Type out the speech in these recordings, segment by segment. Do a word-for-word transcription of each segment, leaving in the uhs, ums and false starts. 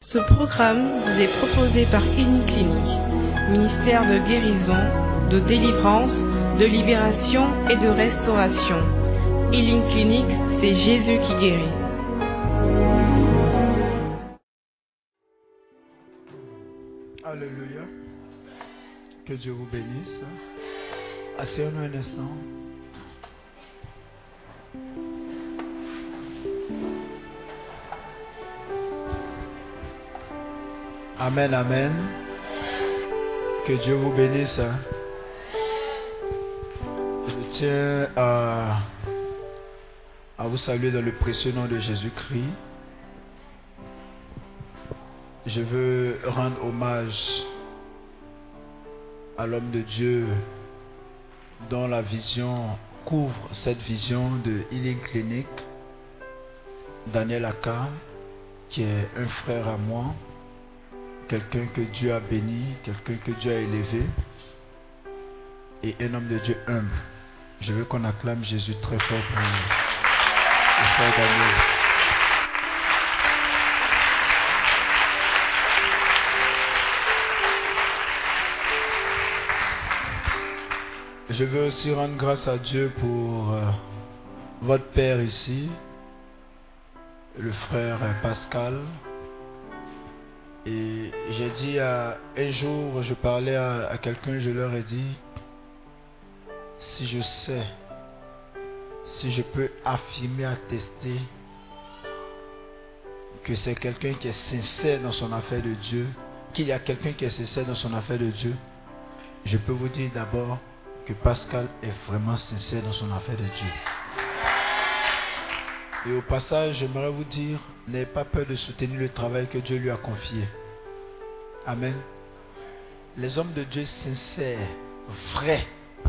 Ce programme vous est proposé par Healing Clinic, ministère de guérison, de délivrance, de libération et de restauration. Healing Clinic, c'est Jésus qui guérit. Alléluia. Que Dieu vous bénisse. Asseyons-nous un instant. Amen, amen. Que Dieu vous bénisse. Je tiens à, à vous saluer dans le précieux nom de Jésus-Christ. Je veux rendre hommage à l'homme de Dieu dont la vision couvre cette vision de Healing Clinic, Daniel Aka, qui est un frère à moi, quelqu'un que Dieu a béni, quelqu'un que Dieu a élevé, et un homme de Dieu humble. Je veux qu'on acclame Jésus très fort pour le frère Daniel. Je veux aussi rendre grâce à Dieu pour euh, votre père ici, le frère Pascal. Et j'ai dit à un jour, je parlais à, à quelqu'un, je leur ai dit, si je sais, si je peux affirmer, attester que c'est quelqu'un qui est sincère dans son affaire de Dieu, qu'il y a quelqu'un qui est sincère dans son affaire de Dieu, je peux vous dire d'abord que Pascal est vraiment sincère dans son affaire de Dieu. Et au passage, j'aimerais vous dire, n'ayez pas peur de soutenir le travail que Dieu lui a confié. Amen. Les hommes de Dieu sincères, vrais,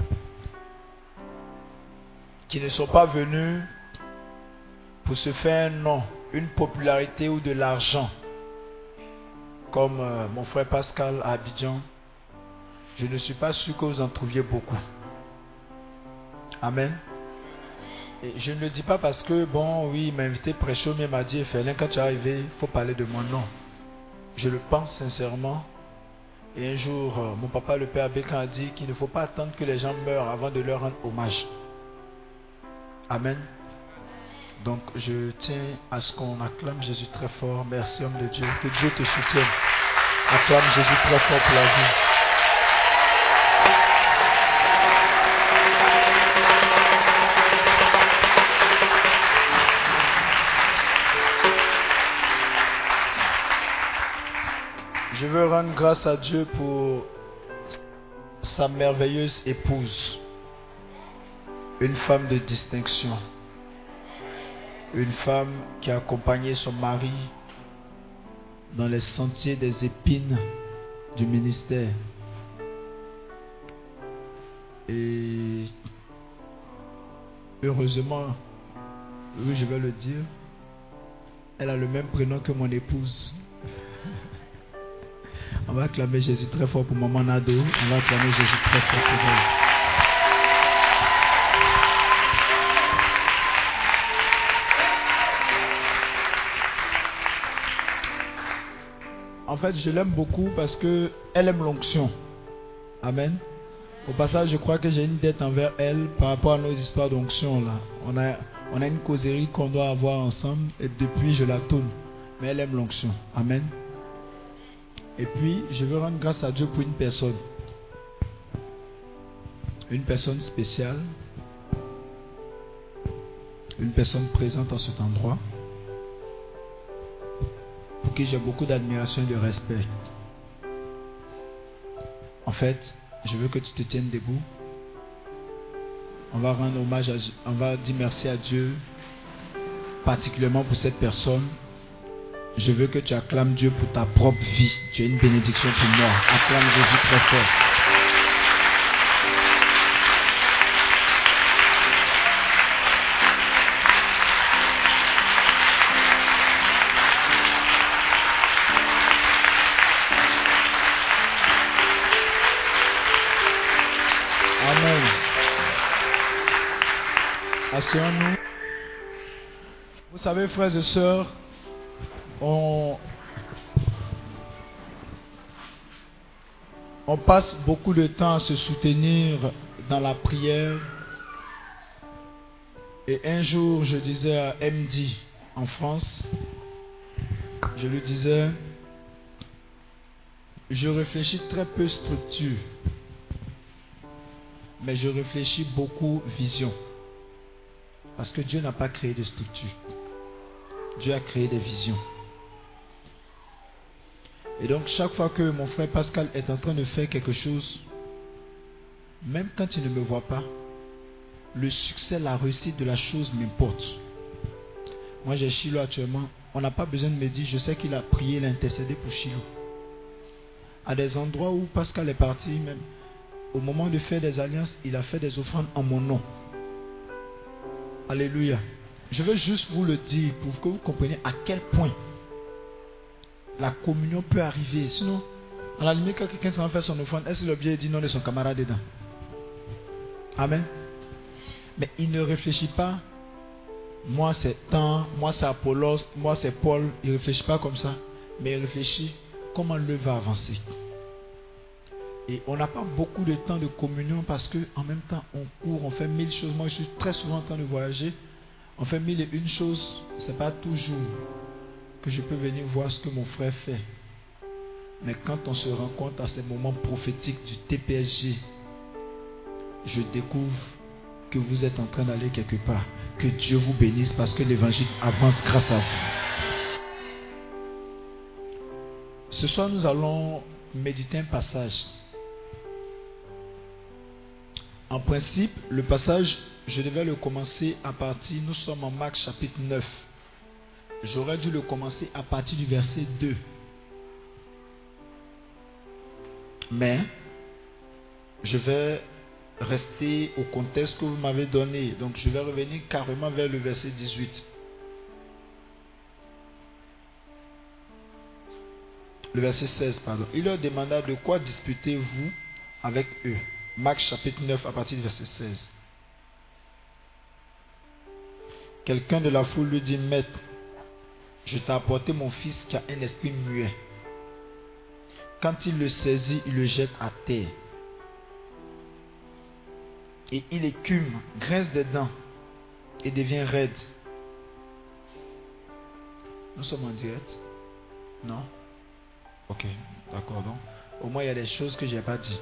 qui ne sont pas venus pour se faire un nom, une popularité ou de l'argent, comme euh, mon frère Pascal à Abidjan, je ne suis pas sûr que vous en trouviez beaucoup. Amen. Et je ne le dis pas parce que, bon, oui, il m'a invité prêcher, mais il m'a dit, Félin, quand tu es arrivé, il faut parler de mon nom. Je le pense sincèrement. Et un jour, euh, mon papa, le père Bécan, a dit qu'il ne faut pas attendre que les gens meurent avant de leur rendre hommage. Amen. Donc, je tiens à ce qu'on acclame Jésus très fort. Merci, homme de Dieu. Que Dieu te soutienne. Acclame Jésus très fort pour la vie. Je veux rendre grâce à Dieu pour sa merveilleuse épouse, une femme de distinction, une femme qui a accompagné son mari dans les sentiers des épines du ministère. Et heureusement, oui, je vais le dire, elle a le même prénom que mon épouse. On va acclamer Jésus très fort pour maman Nado. On va acclamer Jésus très fort pour elle. En fait, je l'aime beaucoup parce que elle aime l'onction. Amen. Au passage, je crois que j'ai une dette envers elle par rapport à nos histoires d'onction là. On a, on a une causerie qu'on doit avoir ensemble et depuis je la tourne. Mais elle aime l'onction. Amen. Et puis, je veux rendre grâce à Dieu pour une personne. Une personne spéciale. Une personne présente en cet endroit. Pour qui j'ai beaucoup d'admiration et de respect. En fait, je veux que tu te tiennes debout. On va rendre hommage à Dieu. On va dire merci à Dieu. Particulièrement pour cette personne. Je veux que tu acclames Dieu pour ta propre vie. Tu es une bénédiction pour moi. Acclame Jésus très fort. Amen. Asseyons-nous. Vous savez, frères et sœurs, on, On passe beaucoup de temps à se soutenir dans la prière. Et un jour, je disais à M D en France, je lui disais, je réfléchis très peu structure, mais je réfléchis beaucoup vision. Parce que Dieu n'a pas créé de structure. Dieu a créé des visions. Et donc chaque fois que mon frère Pascal est en train de faire quelque chose, même quand il ne me voit pas, le succès, la réussite de la chose m'importe. Moi j'ai Chilo actuellement, on n'a pas besoin de me dire, je sais qu'il a prié, il a intercédé pour Chilo. À des endroits où Pascal est parti, même au moment de faire des alliances, il a fait des offrandes en mon nom. Alléluia. Je veux juste vous le dire pour que vous compreniez à quel point la communion peut arriver. Sinon, à la limite, quand quelqu'un s'en fait son offrande, est-ce que l'objet dit non de son camarade dedans? Amen. Mais il ne réfléchit pas. Moi c'est tant, moi c'est Apollos, moi c'est Paul. Il ne réfléchit pas comme ça. Mais il réfléchit comment l'œuvre va avancer. Et on n'a pas beaucoup de temps de communion parce qu'en même temps on court, on fait mille choses. Moi je suis très souvent en train de voyager. On fait mille et une choses. Ce n'est pas toujours que je peux venir voir ce que mon frère fait. Mais quand on se rencontre à ces moments prophétiques du T P S G, je découvre que vous êtes en train d'aller quelque part. Que Dieu vous bénisse parce que l'évangile avance grâce à vous. Ce soir, nous allons méditer un passage. En principe, le passage, je devais le commencer à partir, nous sommes en Marc chapitre neuf. J'aurais dû le commencer à partir du verset deux. Mais, je vais rester au contexte que vous m'avez donné. Donc, je vais revenir carrément vers le verset dix-huit. Le verset seize, pardon. Il leur demanda de quoi disputez-vous avec eux. Marc chapitre neuf à partir du verset seize. Quelqu'un de la foule lui dit, Maître, je t'ai apporté mon fils qui a un esprit muet. Quand il le saisit, il le jette à terre. Et il écume, grince des dents et devient raide. Nous sommes en direct? Non? Ok, d'accord. Donc, au moins il y a des choses que je n'ai pas dit.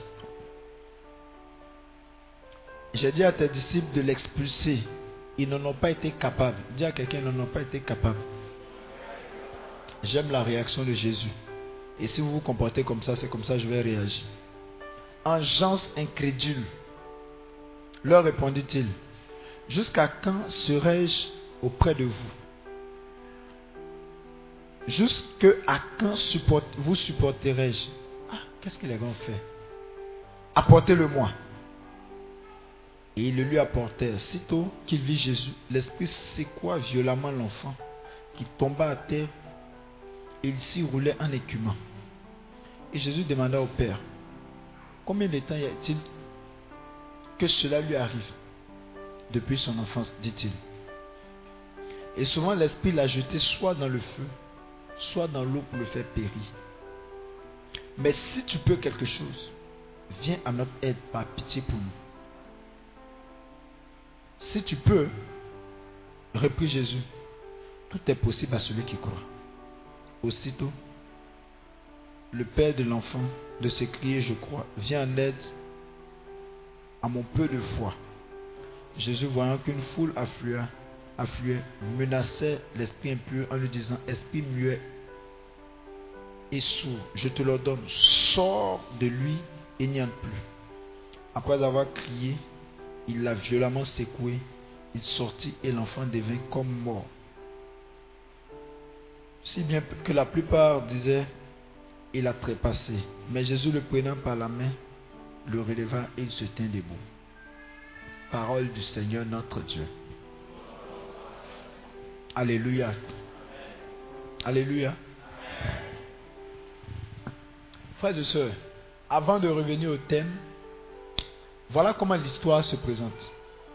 J'ai dit à tes disciples de l'expulser. Ils n'en ont pas été capables. Dis à quelqu'un, ils n'en ont pas été capables. J'aime la réaction de Jésus. Et si vous vous comportez comme ça, c'est comme ça que je vais réagir. Engeance incrédule, leur répondit-il, jusqu'à quand serai-je auprès de vous? Jusqu'à quand support, vous supporterai-je? Ah, qu'est-ce que les gars fait? Apportez-le-moi. Et ils le lui apportèrent. Sitôt qu'il vit Jésus, l'esprit secoua violemment l'enfant, qui tomba à terre et il s'y roulait en écumant. Et Jésus demanda au Père, combien de temps y a-t-il que cela lui arrive? Depuis son enfance, dit-il. Et souvent l'esprit l'a jeté soit dans le feu, soit dans l'eau pour le faire périr. Mais si tu peux quelque chose, viens à notre aide par pitié pour nous. Si tu peux, reprit Jésus, tout est possible à celui qui croit. Aussitôt, le père de l'enfant de s'écrier, je crois, viens en aide à mon peu de foi. Jésus, voyant qu'une foule affluait, affluait, menaçait l'esprit impur en lui disant, esprit muet et sourd, je te l'ordonne, sors de lui et n'y entre plus. Après avoir crié, il l'a violemment secoué, il sortit et l'enfant devint comme mort. Si bien que la plupart disaient, il a trépassé. Mais Jésus, le prenant par la main, le releva et il se tint debout. Parole du Seigneur notre Dieu. Alléluia. Alléluia. Frères et sœurs, avant de revenir au thème, voilà comment l'histoire se présente.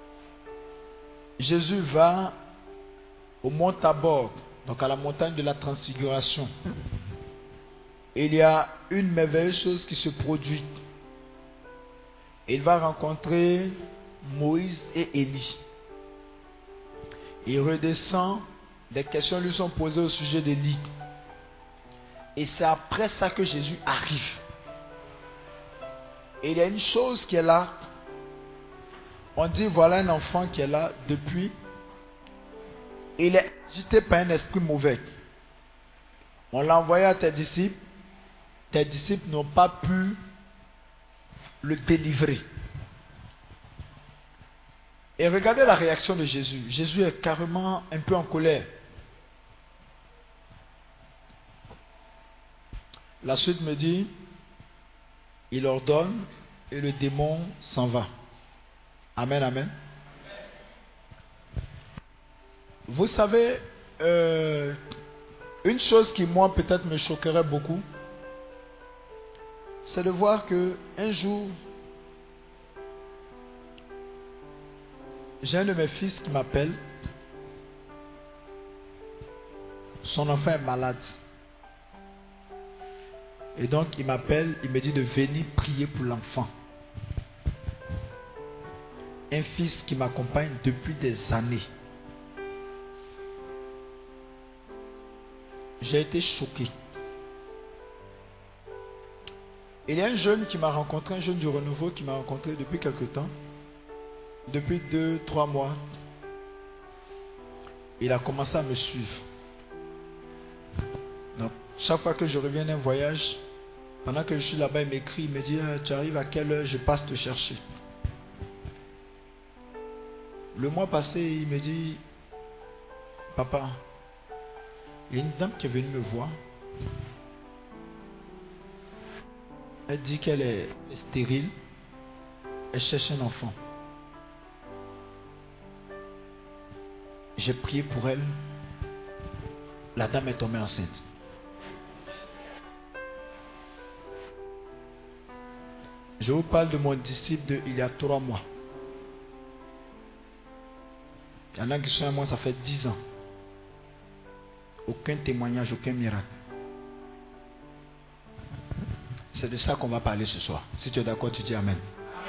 Jésus va au mont Tabor, donc à la montagne de la Transfiguration. il y a une merveilleuse chose qui se produit. Il va rencontrer Moïse et Élie. Il redescend, des questions lui sont posées au sujet d'Élie. Et c'est après ça que Jésus arrive. Et il y a une chose qui est là. On dit voilà un enfant qui est là depuis. Il est agité par un esprit mauvais. On l'a envoyé à tes disciples. Tes disciples n'ont pas pu le délivrer. Et regardez la réaction de Jésus. Jésus est carrément un peu en colère. La suite me dit, il ordonne et le démon s'en va. Amen, amen. Vous savez, euh, une chose qui moi peut-être me choquerait beaucoup, c'est de voir que un jour, j'ai un de mes fils qui m'appelle. Son enfant est malade. Et donc il m'appelle, il me dit de venir prier pour l'enfant. Un fils qui m'accompagne depuis des années. J'ai été choqué. Il y a un jeune qui m'a rencontré, un jeune du renouveau qui m'a rencontré depuis quelque temps. Depuis deux, trois mois. Il a commencé à me suivre. Donc, chaque fois que je reviens d'un voyage, pendant que je suis là-bas, il m'écrit, il me dit, tu arrives à quelle heure, je passe te chercher. Le mois passé, il me dit, papa, il y a une dame qui est venue me voir. Elle dit qu'elle est stérile. Elle cherche un enfant. J'ai prié pour elle. La dame est tombée enceinte. Je vous parle de mon disciple de il y a trois mois. Il y en a qui sont à moi, ça fait dix ans. Aucun témoignage, aucun miracle. C'est de ça qu'on va parler ce soir. Si tu es d'accord, tu dis Amen.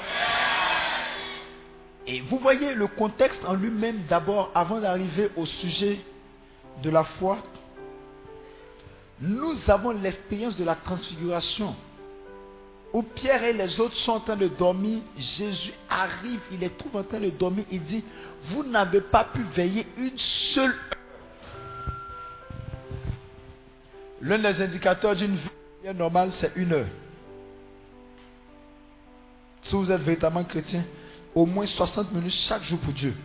Et vous voyez le contexte en lui-même d'abord, avant d'arriver au sujet de la foi. Nous avons l'expérience de la transfiguration. Où Pierre et les autres sont en train de dormir. Jésus arrive, il les trouve en train de dormir. Il dit, vous n'avez pas pu veiller une seule heure. L'un des indicateurs d'une vie normale, c'est une heure. Si vous êtes véritablement chrétien, au moins soixante minutes chaque jour pour Dieu.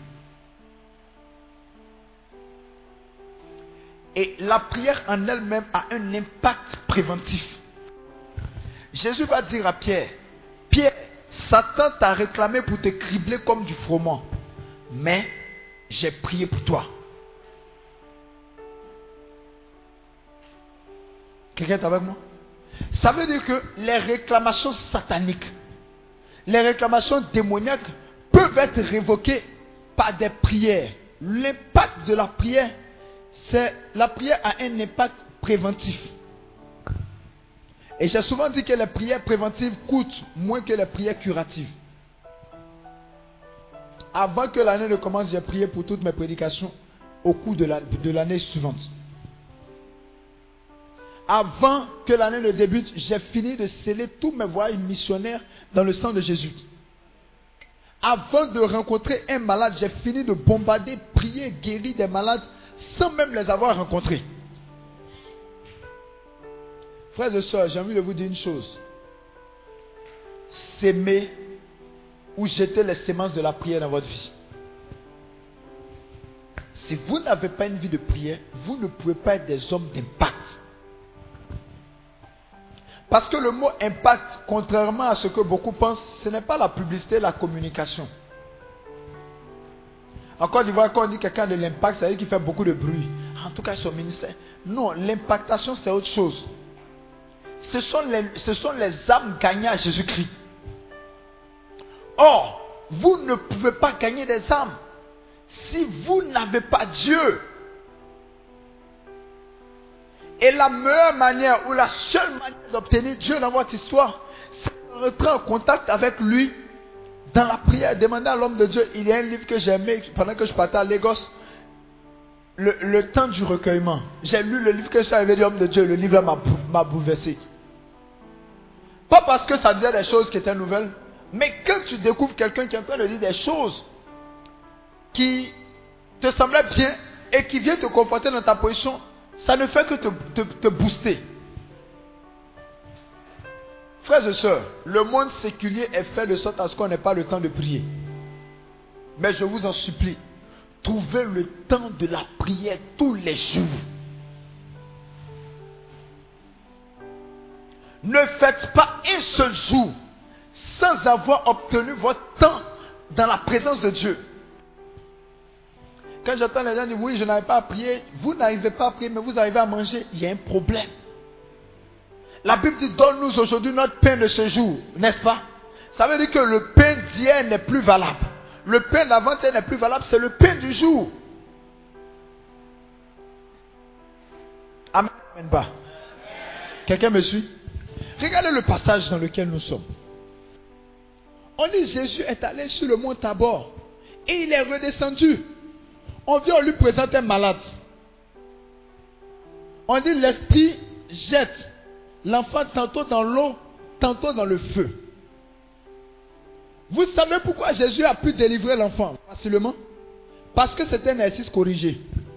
Et la prière en elle-même a un impact préventif. Jésus va dire à Pierre, Pierre, Satan t'a réclamé pour te cribler comme du froment. Mais j'ai prié pour toi. Quelqu'un est avec moi? Ça veut dire que les réclamations sataniques, les réclamations démoniaques peuvent être révoquées par des prières. L'impact de la prière, c'est la prière a un impact préventif. Et j'ai souvent dit que les prières préventives coûtent moins que les prières curatives. Avant que l'année ne commence, j'ai prié pour toutes mes prédications au cours de, la, de l'année suivante. Avant que l'année ne débute, j'ai fini de sceller tous mes voyages missionnaires dans le sang de Jésus. Avant de rencontrer un malade, j'ai fini de bombarder, prier, guérir des malades sans même les avoir rencontrés. Frères et sœurs, j'ai envie de vous dire une chose. S'aimer ou jeter les semences de la prière dans votre vie. Si vous n'avez pas une vie de prière, vous ne pouvez pas être des hommes d'impact. Parce que le mot impact, contrairement à ce que beaucoup pensent, ce n'est pas la publicité, la communication. En Côte d'Ivoire, quand on dit quelqu'un de l'impact, ça veut dire qu'il fait beaucoup de bruit. En tout cas, son ministère. Non, l'impactation, c'est autre chose. Ce sont les, ce sont les âmes gagnées à Jésus-Christ. Or, vous ne pouvez pas gagner des âmes si vous n'avez pas Dieu. Et la meilleure manière ou la seule manière d'obtenir Dieu dans votre histoire, c'est de rentrer en contact avec lui dans la prière. Demandez à l'homme de Dieu. Il y a un livre que j'ai aimé pendant que je partais à Lagos. Le, le temps du recueillement. J'ai lu le livre que je suis arrivé de l'homme de Dieu. Le livre m'a, m'a bouleversé. Pas parce que ça disait des choses qui étaient nouvelles, mais quand tu découvres quelqu'un qui est en train de dire des choses qui te semblaient bien et qui vient te conforter dans ta position, ça ne fait que te, te, te booster. Frères et sœurs, le monde séculier est fait de sorte à ce qu'on n'ait pas le temps de prier. Mais je vous en supplie, trouvez le temps de la prière tous les jours. Ne faites pas un seul jour sans avoir obtenu votre temps dans la présence de Dieu. Quand j'entends les gens dire oui, je n'arrive pas à prier, vous n'arrivez pas à prier, mais vous arrivez à manger, il y a un problème. La Bible dit donne-nous aujourd'hui notre pain de ce jour, n'est-ce pas? Ça veut dire que le pain d'hier n'est plus valable. Le pain d'avant-hier n'est plus valable, c'est le pain du jour. Amen. Amen. Bah. Quelqu'un me suit? Regardez le passage dans lequel nous sommes. On dit Jésus est allé sur le mont Tabor et il est redescendu. On vient, on lui présente un malade. On dit l'esprit jette l'enfant tantôt dans l'eau, tantôt dans le feu. Vous savez pourquoi Jésus a pu délivrer l'enfant facilement? Parce que c'était un exercice corrigé.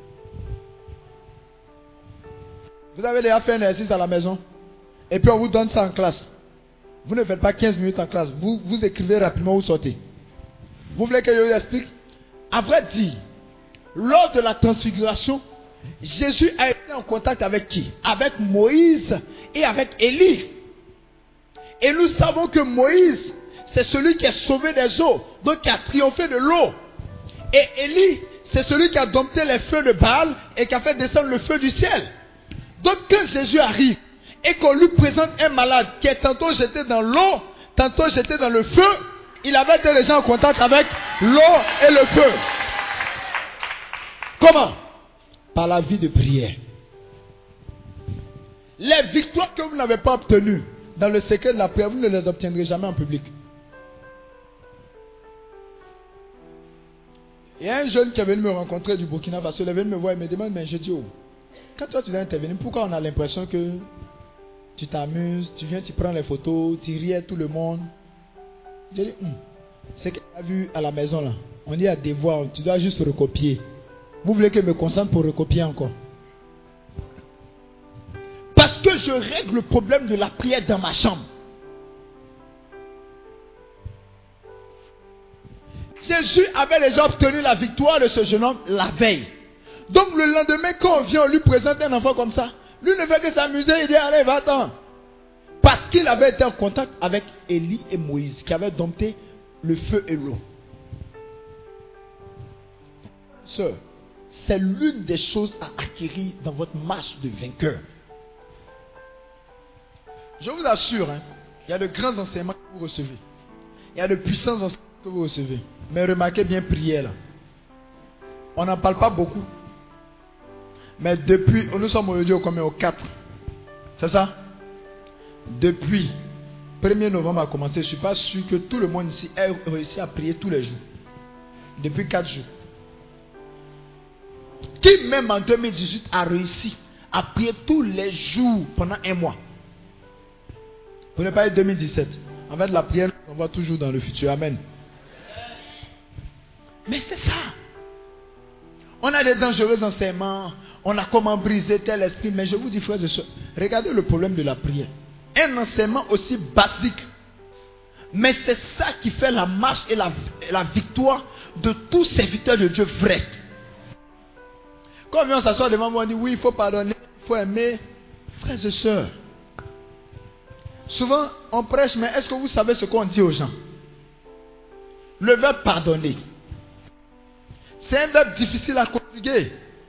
Vous avez déjà fait un exercice à la maison et puis on vous donne ça en classe. Vous ne faites pas quinze minutes en classe. Vous, vous écrivez rapidement, vous sortez. Vous voulez que je vous explique? À vrai dire, lors de la transfiguration, Jésus a été en contact avec qui? Avec Moïse et avec Élie. Et nous savons que Moïse, c'est celui qui a sauvé des eaux, donc qui a triomphé de l'eau. Et Élie, c'est celui qui a dompté les feux de Baal et qui a fait descendre le feu du ciel. Donc quand Jésus arrive et qu'on lui présente un malade qui est tantôt jeté dans l'eau, tantôt jeté dans le feu, il avait été déjà en contact avec l'eau et le feu. Comment? Par la vie de prière. Les victoires que vous n'avez pas obtenues dans le secret de la prière, vous ne les obtiendrez jamais en public. Il y a un jeune qui est venu me rencontrer du Burkina Faso, il est venu me voir et me demande, mais je dis, oh, quand toi tu dois intervenir, pourquoi on a l'impression que tu t'amuses, tu viens, tu prends les photos, tu ris à tout le monde? J'ai dit, hum, c'est que tu as vu à la maison là, on dit à devoir, tu dois juste recopier. Vous voulez que je me concentre pour recopier encore? Parce que je règle le problème de la prière dans ma chambre. Jésus avait déjà obtenu la victoire de ce jeune homme la veille. Donc le lendemain, quand on vient, on lui présente un enfant comme ça. Lui ne fait que s'amuser, il dit allez, va-t'en. Parce qu'il avait été en contact avec Élie et Moïse, qui avaient dompté le feu et l'eau. Sœur, c'est l'une des choses à acquérir dans votre marche de vainqueur. Je vous assure, hein, il y a de grands enseignements que vous recevez. Il y a de puissants enseignements que vous recevez. Mais remarquez bien prière là. On n'en parle pas beaucoup. Mais depuis, nous sommes aujourd'hui au combien? Au quatre. C'est ça? Depuis premier novembre a commencé, je ne suis pas sûr que tout le monde ici ait réussi à prier tous les jours. Depuis quatre jours. Qui même en deux mille dix-huit a réussi à prier tous les jours pendant un mois? Vous ne pas être deux mille dix-sept. En fait, la prière, on va toujours dans le futur. Amen. Mais c'est ça. On a des dangereux enseignements. On a comment briser tel esprit. Mais je vous dis, frères et sœurs, regardez le problème de la prière. Un enseignement aussi basique. Mais c'est ça qui fait la marche et la, la victoire de tous serviteurs de Dieu vrais. Quand on vient s'asseoir devant moi, on dit oui, il faut pardonner, il faut aimer. Frères et sœurs, souvent on prêche, mais est-ce que vous savez ce qu'on dit aux gens? Le verbe pardonner, c'est un verbe difficile à conjuguer.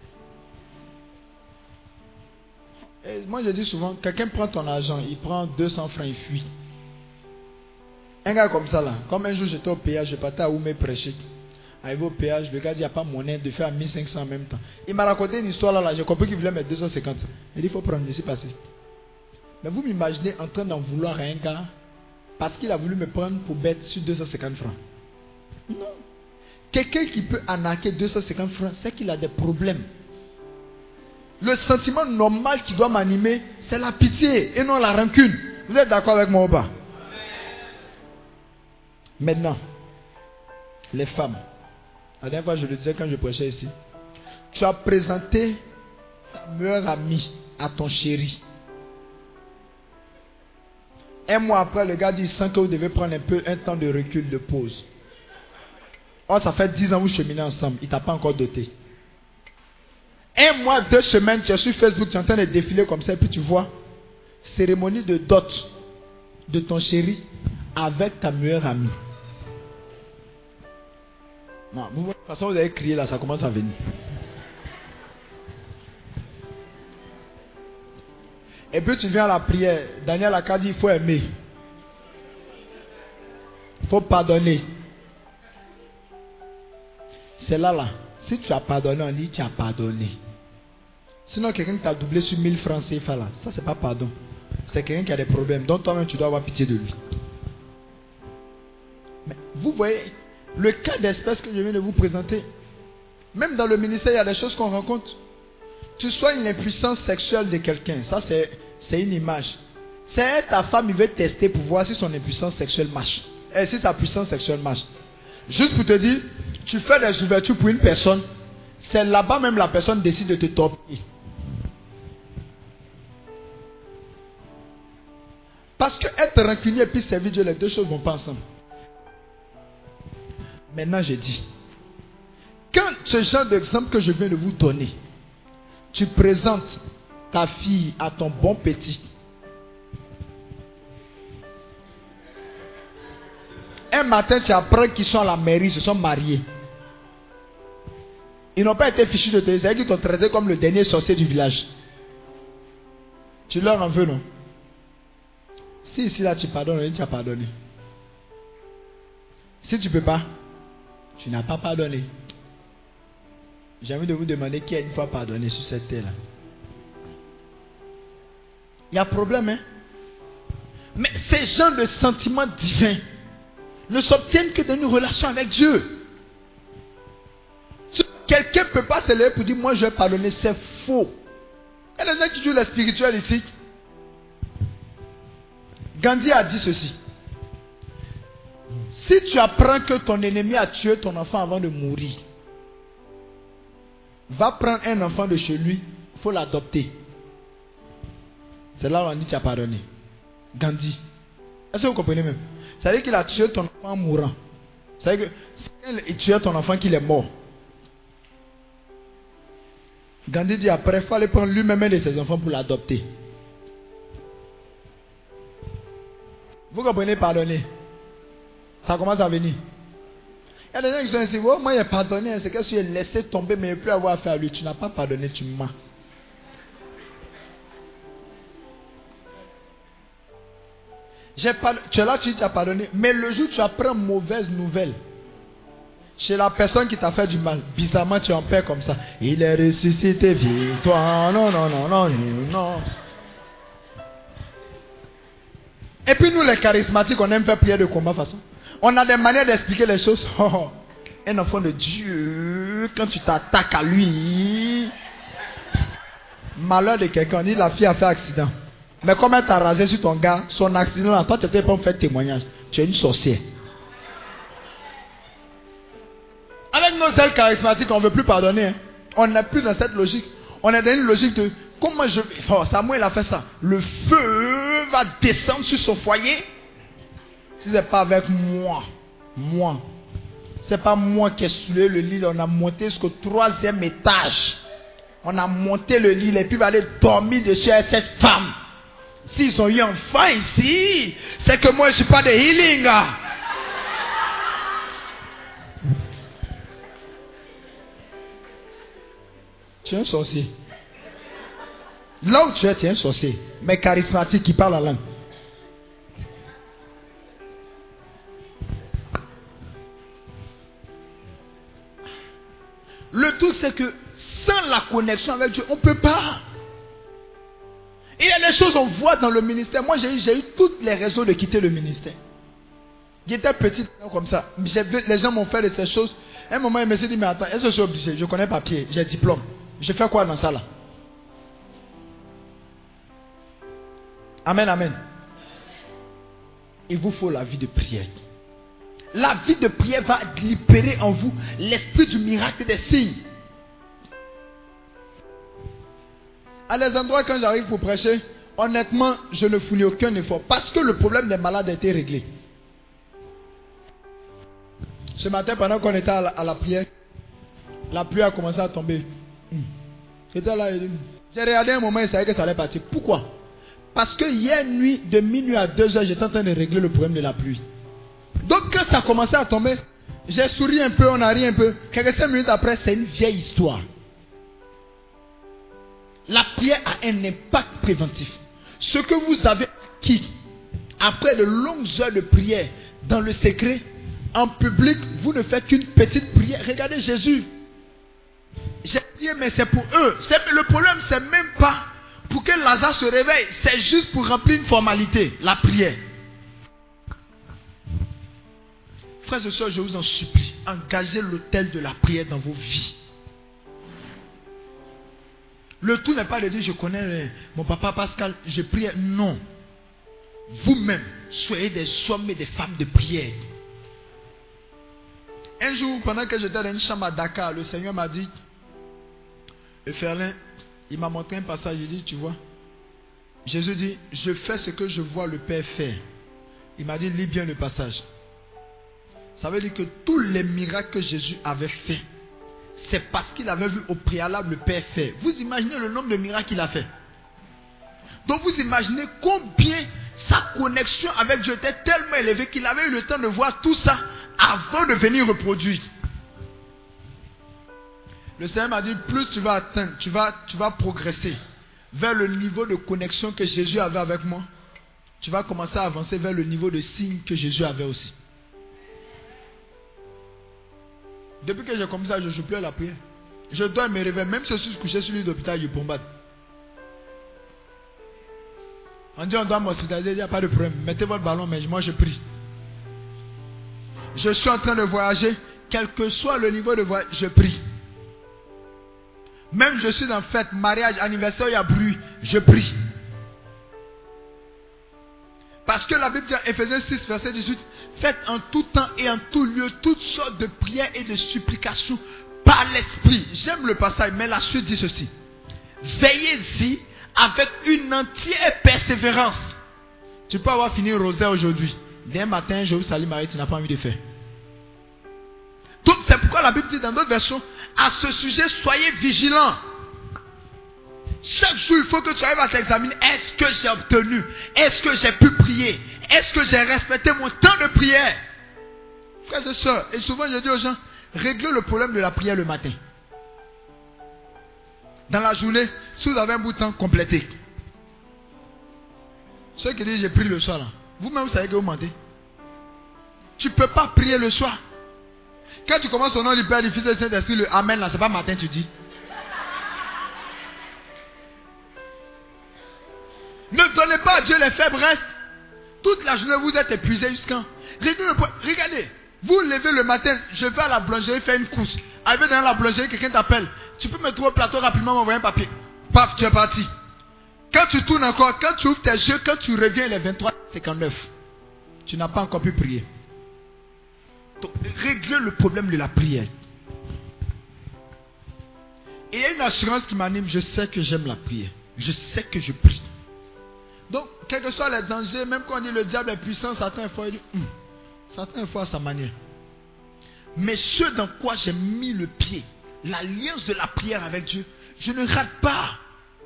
Et moi je dis souvent, quelqu'un prend ton argent, il prend deux cents francs, il fuit. Un gars comme ça là, comme un jour j'étais au péage, je partais à Oumé prêcher. Arrivé au péage, le gars dit, il n'y a pas moyen de faire mille cinq cents en même temps. Il m'a raconté une histoire là, là j'ai compris qu'il voulait mettre deux cent cinquante. Il dit, il faut prendre, je suis passé. Mais vous m'imaginez en train d'en vouloir à un gars parce qu'il a voulu me prendre pour bête sur deux cent cinquante francs. Non. Quelqu'un qui peut arnaquer deux cent cinquante francs, c'est qu'il a des problèmes. Le sentiment normal qui doit m'animer, c'est la pitié et non la rancune. Vous êtes d'accord avec moi ou pas? Maintenant, les femmes. La dernière fois, je le disais quand je prêchais ici. Tu as présenté ta meilleure amie à ton chéri. Un mois après, le gars dit, sent que vous devez prendre un peu un temps de recul, de pause. Oh, ça fait dix ans que vous cheminez ensemble. Il ne t'a pas encore doté. Un mois, deux semaines, tu es sur Facebook, tu es en train de défiler comme ça, et puis tu vois, cérémonie de dot de ton chéri avec ta meilleure amie. Non, vous, de toute façon, vous avez crié là, ça commence à venir. Et puis tu viens à la prière. Daniel a dit, il faut aimer. Il faut pardonner. C'est là, là. Si tu as pardonné, on dit tu as pardonné. Sinon, quelqu'un qui t'a doublé sur mille francs C F A là, ça c'est pas pardon. C'est quelqu'un qui a des problèmes. Donc toi-même, tu dois avoir pitié de lui. Mais vous voyez, le cas d'espèce que je viens de vous présenter, même dans le ministère, il y a des choses qu'on rencontre. Tu soignes l'impuissance sexuelle de quelqu'un. Ça, c'est, c'est une image. C'est ta femme, il veut tester pour voir si son impuissance sexuelle marche. Et si sa puissance sexuelle marche. Juste pour te dire, tu fais des ouvertures pour une personne. C'est là-bas même la personne décide de te torpiller. Parce que être rancunier et puis servir Dieu, les deux choses ne vont pas ensemble. Maintenant, je dis, quand ce genre d'exemple que je viens de vous donner, tu présentes ta fille à ton bon petit. Un matin, tu apprends qu'ils sont à la mairie, ils se sont mariés. Ils n'ont pas été fichus de te dire qu'ils t'ont traité comme le dernier sorcier du village. Tu leur en veux, non? Si ici, là, tu pardonnes, tu as pardonné. Si tu ne peux pas, tu n'as pas pardonné. J'ai envie de vous demander qui a une fois pardonné sur cette terre-là. Il y a problème, hein? Mais ces genres de sentiments divins ne s'obtiennent que dans une relation avec Dieu. Quelqu'un ne peut pas se lever pour dire, moi je vais pardonner, c'est faux. Il y a des gens qui jouent la spirituelle ici. Gandhi a dit ceci. Si tu apprends que ton ennemi a tué ton enfant avant de mourir, va prendre un enfant de chez lui, il faut l'adopter. C'est là où on dit tu as pardonné. Gandhi. Est-ce que vous comprenez même? Ça veut dire qu'il a tué ton enfant en mourant. Ça veut dire que il tuait ton enfant qu'il est mort. Gandhi dit après, il faut aller prendre lui-même un de ses enfants pour l'adopter. Vous comprenez, pardonner? Ça commence à venir. Il y a des gens qui sont ici, oh, moi j'ai pardonné, c'est que je l'ai laissé tomber, mais il ne peut plus avoir affaire à lui. Tu n'as pas pardonné, tu mens. J'ai pas, tu es là, tu dis tu as pardonné, mais le jour où tu apprends mauvaise nouvelle, chez la personne qui t'a fait du mal, bizarrement tu en perds comme ça. Il est ressuscité, victoire, non, non, non, non, non. Et puis nous les charismatiques, on aime faire prière de combat façon. On a des manières d'expliquer les choses. Oh, un enfant de Dieu, quand tu t'attaques à lui, malheur de quelqu'un, on dit la fille a fait accident. Mais comme elle t'a rasé sur ton gars, son accident là, toi tu n'étais pas fait témoignage. Tu es une sorcière. Avec nos ailes charismatiques, on ne veut plus pardonner. Hein. On n'est plus dans cette logique. On est dans une logique de comment je. Oh, Samuel a fait ça. Le feu va descendre sur son foyer. Si ce n'est pas avec moi, moi. Ce n'est pas moi qui ai soulevé le lit. On a monté jusqu'au troisième étage. On a monté le lit et puis on va aller dormir dessus avec cette femme. S'ils ont eu un enfant ici, c'est que moi je ne suis pas de healing. Tu es un sorcier. Là où tu es, tu es un sorcier. Mais charismatique qui parle la langue. Le truc, c'est que sans la connexion avec Dieu, on ne peut pas. Il y a des choses qu'on voit dans le ministère. Moi, j'ai eu, j'ai eu toutes les raisons de quitter le ministère. J'étais petit comme ça. Les gens m'ont fait de ces choses. À un moment, il me s'est dit, mais attends, est-ce que je suis obligé? Je connais papier, j'ai diplôme. Je fais quoi dans ça là? Amen, amen. Il vous faut la vie de prière. La vie de prière va libérer en vous l'esprit du miracle et des signes. À des endroits, quand j'arrive pour prêcher, honnêtement, je ne fournis aucun effort. Parce que le problème des malades a été réglé. Ce matin, pendant qu'on était à la, à la prière, la pluie a commencé à tomber. J'étais là, j'ai regardé un moment et savais que ça allait partir. Pourquoi? Parce que hier nuit, de minuit à deux heures, j'étais en train de régler le problème de la pluie. Donc quand ça a commencé à tomber, j'ai souri un peu, on a ri un peu. Quelques cinq minutes après, c'est une vieille histoire. La prière a un impact préventif. Ce que vous avez acquis après de longues heures de prière dans le secret, en public, vous ne faites qu'une petite prière. Regardez Jésus. J'ai prié, mais c'est pour eux. C'est, le problème, c'est même pas pour que Lazare se réveille. C'est juste pour remplir une formalité, la prière. Frères et sœurs, je vous en supplie, engagez l'autel de la prière dans vos vies. Le tout n'est pas de dire, je connais mon papa Pascal, je prie. Non. Vous-même, soyez des hommes et des femmes de prière. Un jour, pendant que j'étais dans une chambre à Dakar, le Seigneur m'a dit, le Ferlin, il m'a montré un passage, il dit, tu vois, Jésus dit, je fais ce que je vois le Père faire. Il m'a dit, lis bien le passage. Ça veut dire que tous les miracles que Jésus avait fait, c'est parce qu'il avait vu au préalable le Père faire. Vous imaginez le nombre de miracles qu'il a fait. Donc vous imaginez combien sa connexion avec Dieu était tellement élevée qu'il avait eu le temps de voir tout ça avant de venir reproduire. Le Seigneur m'a dit, plus tu vas atteindre, tu vas, tu vas progresser vers le niveau de connexion que Jésus avait avec moi, tu vas commencer à avancer vers le niveau de signe que Jésus avait aussi. Depuis que j'ai commencé, je ne joue plus à la prière. Je dois me réveiller, même si je suis couché sur l'île d'hôpital, je bombarde. On dit on doit m'hospitaliser, il n'y a pas de problème. Mettez votre ballon, mais moi je prie. Je suis en train de voyager, quel que soit le niveau de voyage, je prie. Même je suis en fête, mariage, anniversaire, il y a bruit, je prie. Parce que la Bible dit en Éphésiens six, verset dix-huit, faites en tout temps et en tout lieu toutes sortes de prières et de supplications par l'Esprit. J'aime le passage, mais la suite dit ceci. Veillez-y avec une entière persévérance. Tu peux avoir fini rosaire aujourd'hui. Dès matin, je vous salue Marie, tu n'as pas envie de faire. Donc c'est pourquoi la Bible dit dans d'autres versions, à ce sujet, soyez vigilants. Chaque jour, il faut que tu arrives à t'examiner. Est-ce que j'ai obtenu? Est-ce que j'ai pu prier? Est-ce que j'ai respecté mon temps de prière? Frères et sœurs, et souvent je dis aux gens, réglez le problème de la prière le matin. Dans la journée, si vous avez un bout de temps, complétez. Ceux qui disent j'ai prié le soir là, vous-même vous savez que vous mentez. Tu ne peux pas prier le soir. Quand tu commences au nom du Père, du Fils et du Saint-Esprit, le Amen là, c'est pas matin tu dis. Ne donnez pas à Dieu les faibles restes. Toute la journée vous êtes épuisé jusqu'à. Regardez, vous levez le matin, je vais à la boulangerie faire une course. Arrivé dans la boulangerie, quelqu'un t'appelle. Tu peux me trouver au plateau rapidement, m'envoyer un papier. Paf, tu es parti. Quand tu tournes encore, quand tu ouvres tes yeux, quand tu reviens, il est vingt-trois cinquante-neuf. Tu n'as pas encore pu prier. Donc, réglez le problème de la prière. Et il y a une assurance qui m'anime, je sais que j'aime la prière. Je sais que je prie. Donc, quels que soient les dangers, même quand on dit le diable est puissant, Satan est fort, il dit, hum, Satan est fort à sa manière. Mais ce dans quoi j'ai mis le pied, l'alliance de la prière avec Dieu, je ne rate pas.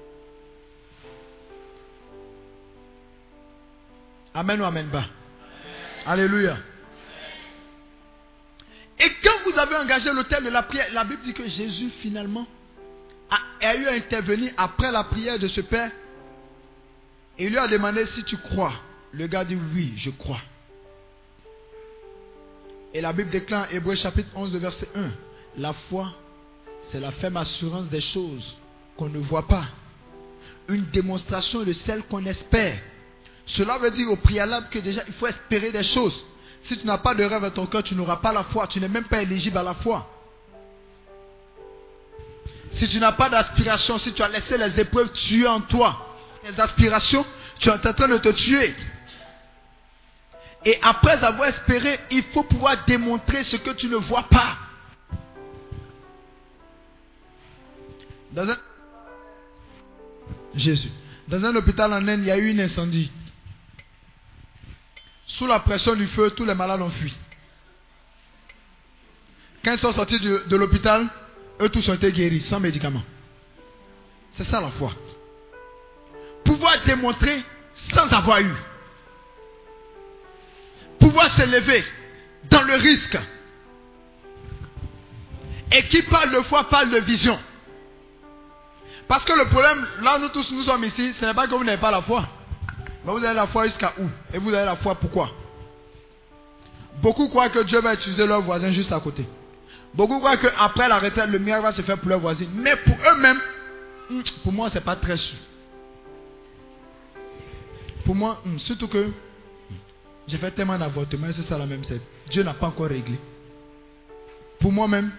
Amen ou amen pas. Alléluia. Et quand vous avez engagé l'autel de la prière, la Bible dit que Jésus finalement a, a eu à intervenir après la prière de ce Père. Et il lui a demandé si tu crois. Le gars dit oui, je crois. Et la Bible déclare, Hébreux chapitre onze, verset un. La foi, c'est la ferme assurance des choses qu'on ne voit pas. Une démonstration de celles qu'on espère. Cela veut dire au préalable que déjà il faut espérer des choses. Si tu n'as pas de rêve dans ton cœur, tu n'auras pas la foi. Tu n'es même pas éligible à la foi. Si tu n'as pas d'aspiration, si tu as laissé les épreuves tuer en toi, les aspirations, tu es en train de te tuer. Et après avoir espéré, il faut pouvoir démontrer ce que tu ne vois pas. Dans un... Jésus. Dans un hôpital en Inde, il y a eu un incendie. Sous la pression du feu, tous les malades ont fui. Quand ils sont sortis de, de l'hôpital, eux tous ont été guéris, sans médicaments. C'est ça la foi. Pouvoir démontrer sans avoir eu. Pouvoir s'élever dans le risque. Et qui parle de foi parle de vision. Parce que le problème, là nous tous nous sommes ici, ce n'est pas que vous n'avez pas la foi. Mais vous avez la foi jusqu'à où? Et vous avez la foi pourquoi? Beaucoup croient que Dieu va utiliser leur voisin juste à côté. Beaucoup croient qu'après la retraite, le miracle va se faire pour leur voisin. Mais pour eux-mêmes, pour moi, ce n'est pas très sûr. Pour moi, surtout que j'ai fait tellement d'avortements, c'est ça la même chose. Dieu n'a pas encore réglé. Pour moi-même,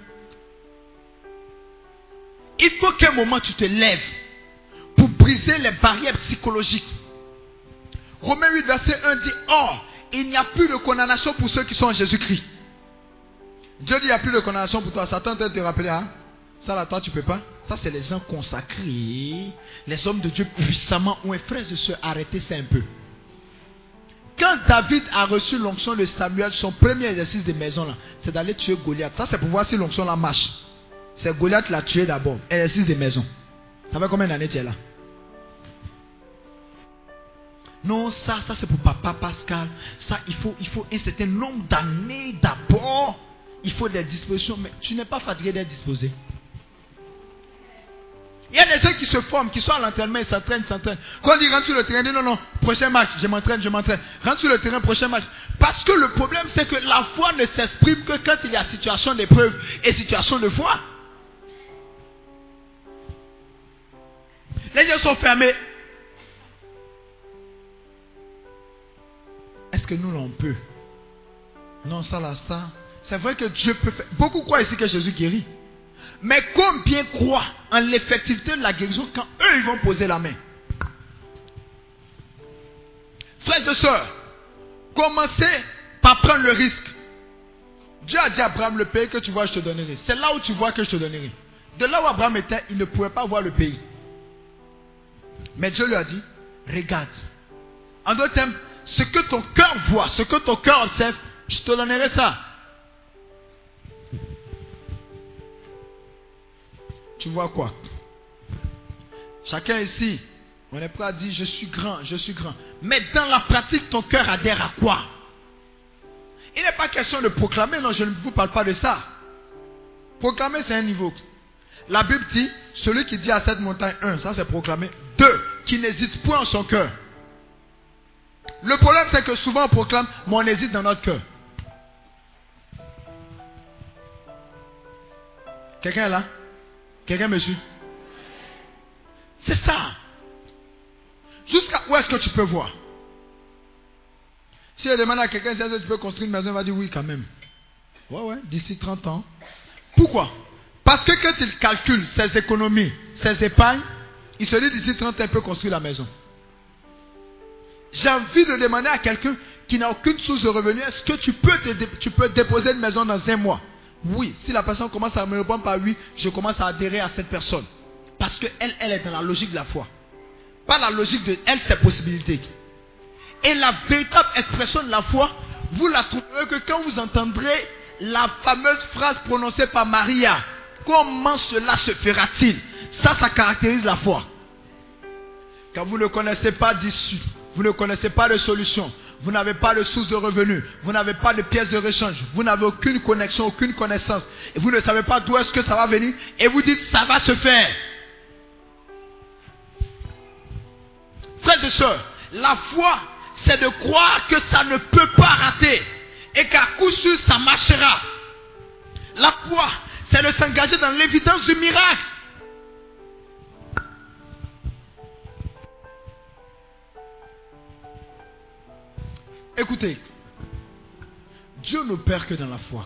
il faut qu'à un moment tu te lèves pour briser les barrières psychologiques. Romains huit, verset un dit, or, il n'y a plus de condamnation pour ceux qui sont en Jésus-Christ. Dieu dit, il n'y a plus de condamnation pour toi. Satan t'a te rappeler, hein? Ça là, toi, tu ne peux pas. Ça, c'est les gens consacrés. Les hommes de Dieu puissamment. Ouais, frères et sœurs, arrêtez ça un peu. Quand David a reçu l'onction de Samuel, son premier exercice de maison, là, c'est d'aller tuer Goliath. Ça, c'est pour voir si l'onction là marche. C'est Goliath qui l'a tué d'abord. Exercice de maison. Ça fait combien d'années tu es là? Non, ça, ça c'est pour papa Pascal. Ça, il faut, il faut un certain nombre d'années d'abord. Il faut des dispositions. Mais tu n'es pas fatigué d'être disposé. Il y a des gens qui se forment, qui sont à l'entraînement, ils s'entraînent, ils s'entraînent. Quand on dit rentre sur le terrain, ils disent non, non, prochain match, je m'entraîne, je m'entraîne. Rentre sur le terrain, prochain match. Parce que le problème, c'est que la foi ne s'exprime que quand il y a situation d'épreuve et situation de foi. Les yeux sont fermés. Est-ce que nous, on peut? Non, ça, là, ça. C'est vrai que Dieu peut faire. Beaucoup croient ici que Jésus guérit. Mais combien croient en l'effectivité de la guérison quand eux, ils vont poser la main? Frères et sœurs, commencez par prendre le risque. Dieu a dit à Abraham, le pays que tu vois, je te donnerai. C'est là où tu vois que je te donnerai. De là où Abraham était, il ne pouvait pas voir le pays. Mais Dieu lui a dit, regarde. En d'autres termes, ce que ton cœur voit, ce que ton cœur observe, je te donnerai ça. Tu vois quoi? Chacun ici, on est prêt à dire, je suis grand, je suis grand. Mais dans la pratique, ton cœur adhère à quoi? Il n'est pas question de proclamer, non, je ne vous parle pas de ça. Proclamer, c'est un niveau. La Bible dit, celui qui dit à cette montagne, un, ça c'est proclamer. Deux, qui n'hésite point en son cœur. Le problème, c'est que souvent on proclame, mais on hésite dans notre cœur. Quelqu'un est là? Quelqu'un me suit? C'est ça. Jusqu'à où est-ce que tu peux voir? Si je demande à quelqu'un si tu peux construire une maison, il va dire oui quand même. Ouais, ouais, d'ici trente ans. Pourquoi? Parce que quand il calcule ses économies, ses épargnes, il se dit d'ici trente ans, il peut construire la maison. J'ai envie de demander à quelqu'un qui n'a aucune source de revenus, est-ce que tu peux, te, tu peux déposer une maison dans un mois? Oui, si la personne commence à me répondre par oui, je commence à adhérer à cette personne. Parce qu'elle, elle est dans la logique de la foi. Pas la logique de elle, ses possibilités. Et la véritable expression de la foi, vous la trouverez que quand vous entendrez la fameuse phrase prononcée par Maria. Comment cela se fera-t-il? Ça, ça caractérise la foi. Quand vous ne connaissez pas d'issue, vous ne connaissez pas de solution, vous n'avez pas de source de revenus, vous n'avez pas de pièces de rechange, vous n'avez aucune connexion, aucune connaissance, et vous ne savez pas d'où est-ce que ça va venir, et vous dites ça va se faire. Frères et sœurs, la foi, c'est de croire que ça ne peut pas rater, et qu'à coup sûr ça marchera. La foi, c'est de s'engager dans l'évidence du miracle. Écoutez, Dieu ne perd que dans la foi.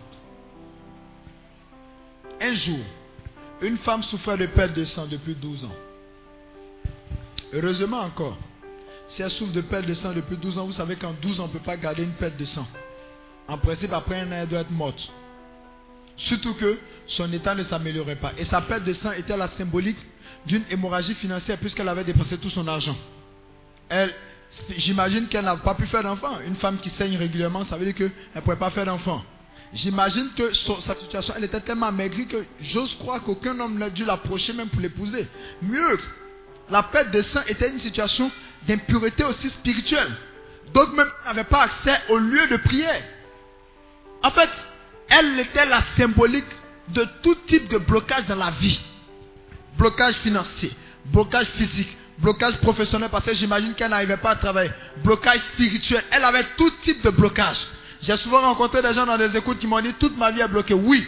Un jour, une femme souffrait de perte de sang depuis douze ans. Heureusement encore, si elle souffre de perte de sang depuis douze ans, vous savez qu'en douze ans, on ne peut pas garder une perte de sang. En principe, après un an, elle doit être morte. Surtout que son état ne s'améliorait pas. Et sa perte de sang était la symbolique d'une hémorragie financière puisqu'elle avait dépensé tout son argent. Elle, j'imagine qu'elle n'a pas pu faire d'enfant. Une femme qui saigne régulièrement, ça veut dire qu'elle ne pouvait pas faire d'enfant. J'imagine que son, sa situation, elle était tellement amaigrie que j'ose croire qu'aucun homme n'a dû l'approcher même pour l'épouser. Mieux, la perte de sang était une situation d'impureté aussi spirituelle. Donc même, elle n'avait pas accès au lieu de prière. En fait, elle était la symbolique de tout type de blocage dans la vie. Blocage financier, blocage physique, blocage professionnel parce que j'imagine qu'elle n'arrivait pas à travailler. Blocage spirituel, elle avait tout type de blocage. J'ai souvent rencontré des gens dans des écoutes qui m'ont dit toute ma vie est bloquée. Oui.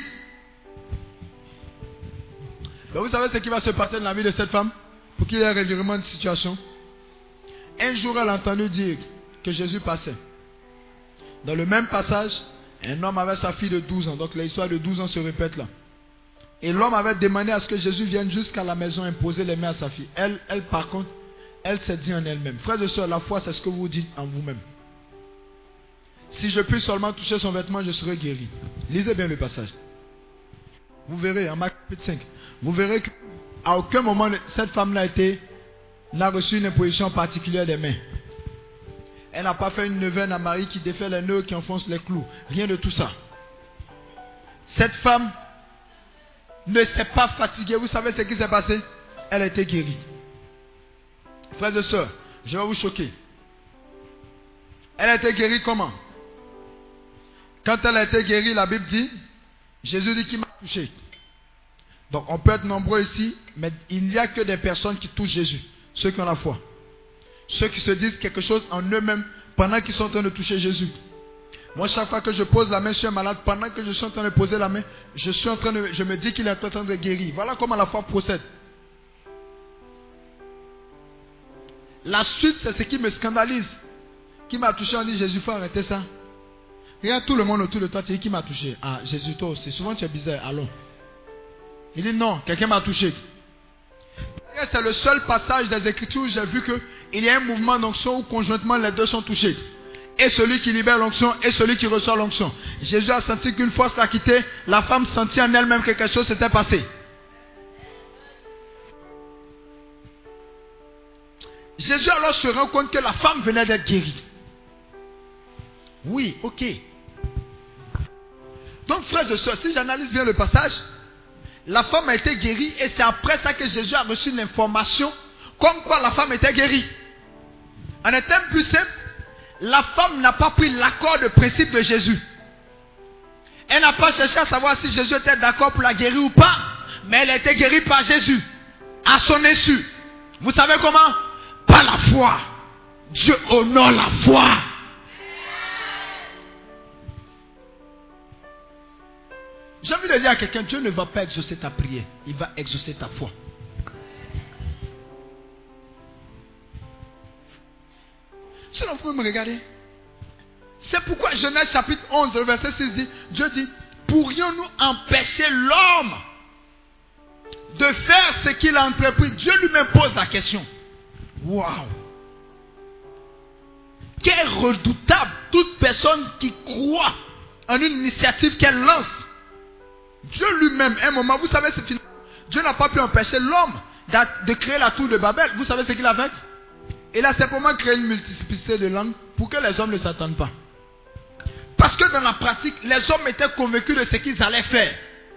Mais vous savez ce qui va se passer dans la vie de cette femme pour qu'il y ait un revirement de situation. Un jour, elle a entendu dire que Jésus passait. Dans le même passage, un homme avait sa fille de douze ans. Donc l'histoire de douze ans se répète là. Et l'homme avait demandé à ce que Jésus vienne jusqu'à la maison imposer les mains à sa fille. Elle, elle par contre, elle s'est dit en elle-même. Frères et sœurs, la foi, c'est ce que vous dites en vous-même. Si je puis seulement toucher son vêtement, je serai guéri. Lisez bien le passage. Vous verrez, en Marc cinq, vous verrez qu'à aucun moment, cette femme n'a été, n'a reçu une imposition particulière des mains. Elle n'a pas fait une neuvaine à Marie qui défait les nœuds, qui enfonce les clous. Rien de tout ça. Cette femme ne s'est pas fatiguée. Vous savez ce qui s'est passé? Elle a été guérie. Frères et sœurs, je vais vous choquer. Elle a été guérie comment? Quand elle a été guérie, la Bible dit, Jésus dit qu'il m'a touché. Donc on peut être nombreux ici, mais il n'y a que des personnes qui touchent Jésus. Ceux qui ont la foi. Ceux qui se disent quelque chose en eux-mêmes pendant qu'ils sont en train de toucher Jésus. Moi, chaque fois que je pose la main sur un malade, pendant que je suis en train de poser la main, je suis en train de, je me dis qu'il est en train de guérir. Voilà comment la foi procède. La suite, c'est ce qui me scandalise. Qui m'a touché, on dit Jésus, il faut arrêter ça. Regarde tout le monde autour de toi, tu dis qui m'a touché? Ah, Jésus, toi aussi. Souvent tu es bizarre, allons. Il dit non, quelqu'un m'a touché. C'est le seul passage des Écritures où j'ai vu qu'il y a un mouvement d'onction où conjointement les deux sont touchés. Et celui qui libère l'onction et celui qui reçoit l'onction. Jésus a senti qu'une force l'a quitté, la femme sentit en elle-même que quelque chose s'était passé. Jésus alors se rend compte que la femme venait d'être guérie. Oui, ok. Donc frères et sœurs, si j'analyse bien le passage, la femme a été guérie et c'est après ça que Jésus a reçu l'information comme quoi la femme était guérie. En un terme plus simple, la femme n'a pas pris l'accord de principe de Jésus. Elle n'a pas cherché à savoir si Jésus était d'accord pour la guérir ou pas, mais elle a été guérie par Jésus, à son insu. Vous savez comment? Par la foi. Dieu honore la foi. J'ai envie de dire à quelqu'un, Dieu ne va pas exaucer ta prière, il va exaucer ta foi. Sinon, vous pouvez me regarder. C'est pourquoi Genèse chapitre onze, verset six dit, Dieu dit, pourrions-nous empêcher l'homme de faire ce qu'il a entrepris? Dieu lui-même pose la question. Waouh! Quel redoutable toute personne qui croit en une initiative qu'elle lance. Dieu lui-même, un moment, vous savez, c'est Dieu n'a pas pu empêcher l'homme de créer la tour de Babel. Vous savez ce qu'il a fait? Il a simplement créé une multiplicité de langues pour que les hommes ne s'attendent pas. Parce que dans la pratique, les hommes étaient convaincus de ce qu'ils allaient faire.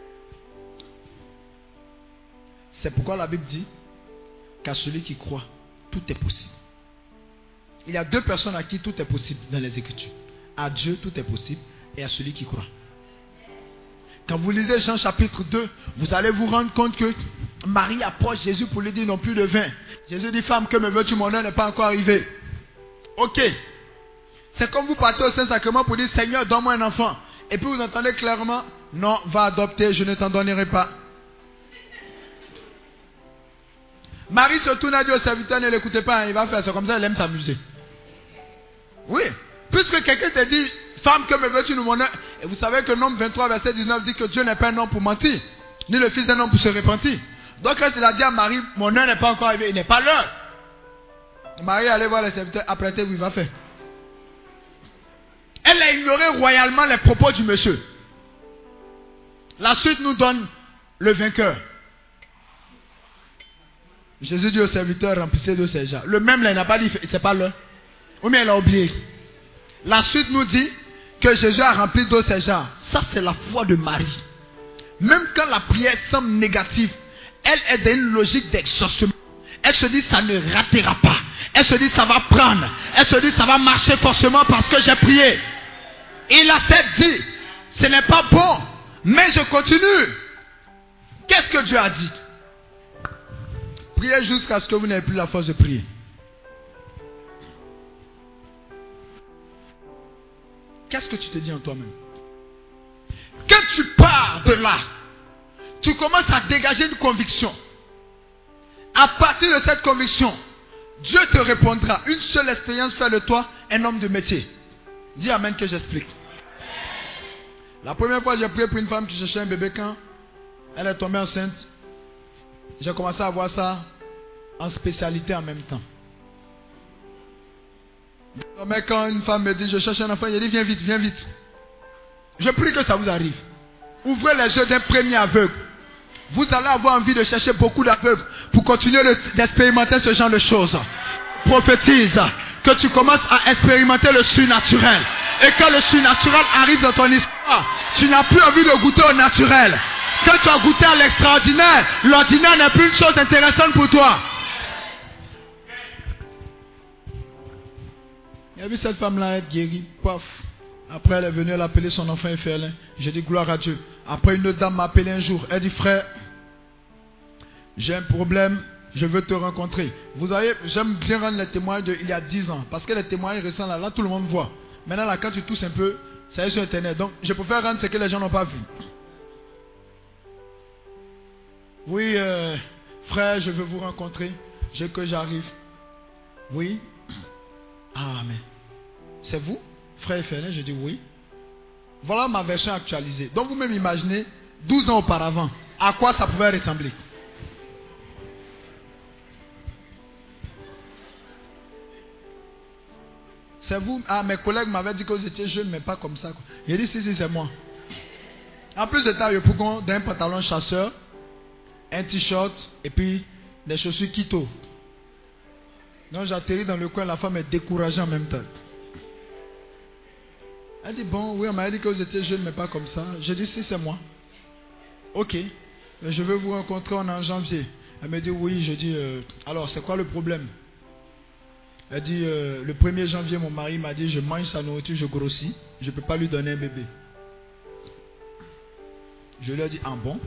C'est pourquoi la Bible dit qu'à celui qui croit, tout est possible. Il y a deux personnes à qui tout est possible dans les Écritures. À Dieu, tout est possible, et à celui qui croit. Quand vous lisez Jean chapitre deux, vous allez vous rendre compte que Marie approche Jésus pour lui dire non plus de vin. Jésus dit, femme, que me veux-tu, mon heure n'est pas encore arrivée. Ok. C'est comme vous partez au Saint-Sacrement pour dire, Seigneur, donne-moi un enfant. Et puis vous entendez clairement Non, va adopter, je ne t'en donnerai pas. Marie se tourne et dit au serviteur, ne l'écoutez pas, il va faire ça comme ça, elle aime s'amuser. Oui, puisque quelqu'un te dit, femme, que me veux-tu nous montrer? Et vous savez que Nombre vingt-trois, verset dix-neuf dit que Dieu n'est pas un homme pour mentir, ni le fils d'un homme pour se repentir. Donc quand il a dit à Marie, mon heure n'est pas encore arrivée, il n'est pas l'heure. Marie allait voir le serviteur, apprêtez, vous il va faire. Elle a ignoré royalement les propos du monsieur. La suite nous donne le vainqueur. Jésus dit au serviteur, remplissez de ces jarres. Le même là, il n'a pas dit, c'est pas l'heure. Ou bien il a oublié. La suite nous dit que Jésus a rempli d'eau ces jarres. Ça, c'est la foi de Marie. Même quand la prière semble négative, elle est dans une logique d'exaucement. Elle se dit, ça ne ratera pas. Elle se dit, ça va prendre. Elle se dit, ça va marcher forcément parce que j'ai prié. Il a cette dit, ce n'est pas bon, mais je continue. Qu'est-ce que Dieu a dit? Priez jusqu'à ce que vous n'ayez plus la force de prier. Qu'est-ce que tu te dis en toi-même? Quand tu pars de là, tu commences à dégager une conviction. À partir de cette conviction, Dieu te répondra. Une seule expérience fait de toi un homme de métier. Dis amen que j'explique. La première fois, j'ai prié pour une femme qui cherchait un bébé quand elle est tombée enceinte. J'ai commencé à voir ça en spécialité en même temps. Mais quand une femme me dit je cherche un enfant, je dis viens vite, viens vite. Je prie que ça vous arrive. Ouvrez les yeux d'un premier aveugle. Vous allez avoir envie de chercher beaucoup d'aveugles pour continuer d'expérimenter ce genre de choses. Prophétise que tu commences à expérimenter le surnaturel. Et quand le surnaturel arrive dans ton histoire, tu n'as plus envie de goûter au naturel. Quand tu as goûté à l'extraordinaire, l'ordinaire n'est plus une chose intéressante pour toi. Il y a vu cette femme-là être guérie, paf. Après elle est venue, elle a appelé son enfant Ephelin. J'ai dit gloire à Dieu. Après une autre dame m'a appelé un jour. Elle dit frère, j'ai un problème, je veux te rencontrer. Vous savez, j'aime bien rendre les témoignages d'il y a dix ans. Parce que les témoignages récents là, là tout le monde voit. Maintenant là quand tu tousses un peu, ça est sur internet. Donc je préfère rendre ce que les gens n'ont pas vu. Oui, euh, frère, je veux vous rencontrer. Je veux que j'arrive. Oui. Ah, mais c'est vous, frère Ephelin? Je dis oui. Voilà ma version actualisée. Donc vous-même imaginez, douze ans auparavant, à quoi ça pouvait ressembler. C'est vous. Ah, mes collègues m'avaient dit que vous étiez jeune, mais pas comme ça. J'ai dit si, si, c'est moi. En plus de ça, il y a un pantalon chasseur, un t-shirt et puis des chaussures Kito. Donc j'atterris dans le coin, la femme est découragée en même temps. Elle dit bon, oui, on m'a dit que vous étiez jeune mais pas comme ça. Je dis si, c'est moi. Ok, mais je veux vous rencontrer, on est en janvier. Elle me dit oui, je dis euh, alors c'est quoi le problème? Elle dit euh, le premier janvier mon mari m'a dit je mange sa nourriture, je grossis, je ne peux pas lui donner un bébé. Je lui ai dit ah bon?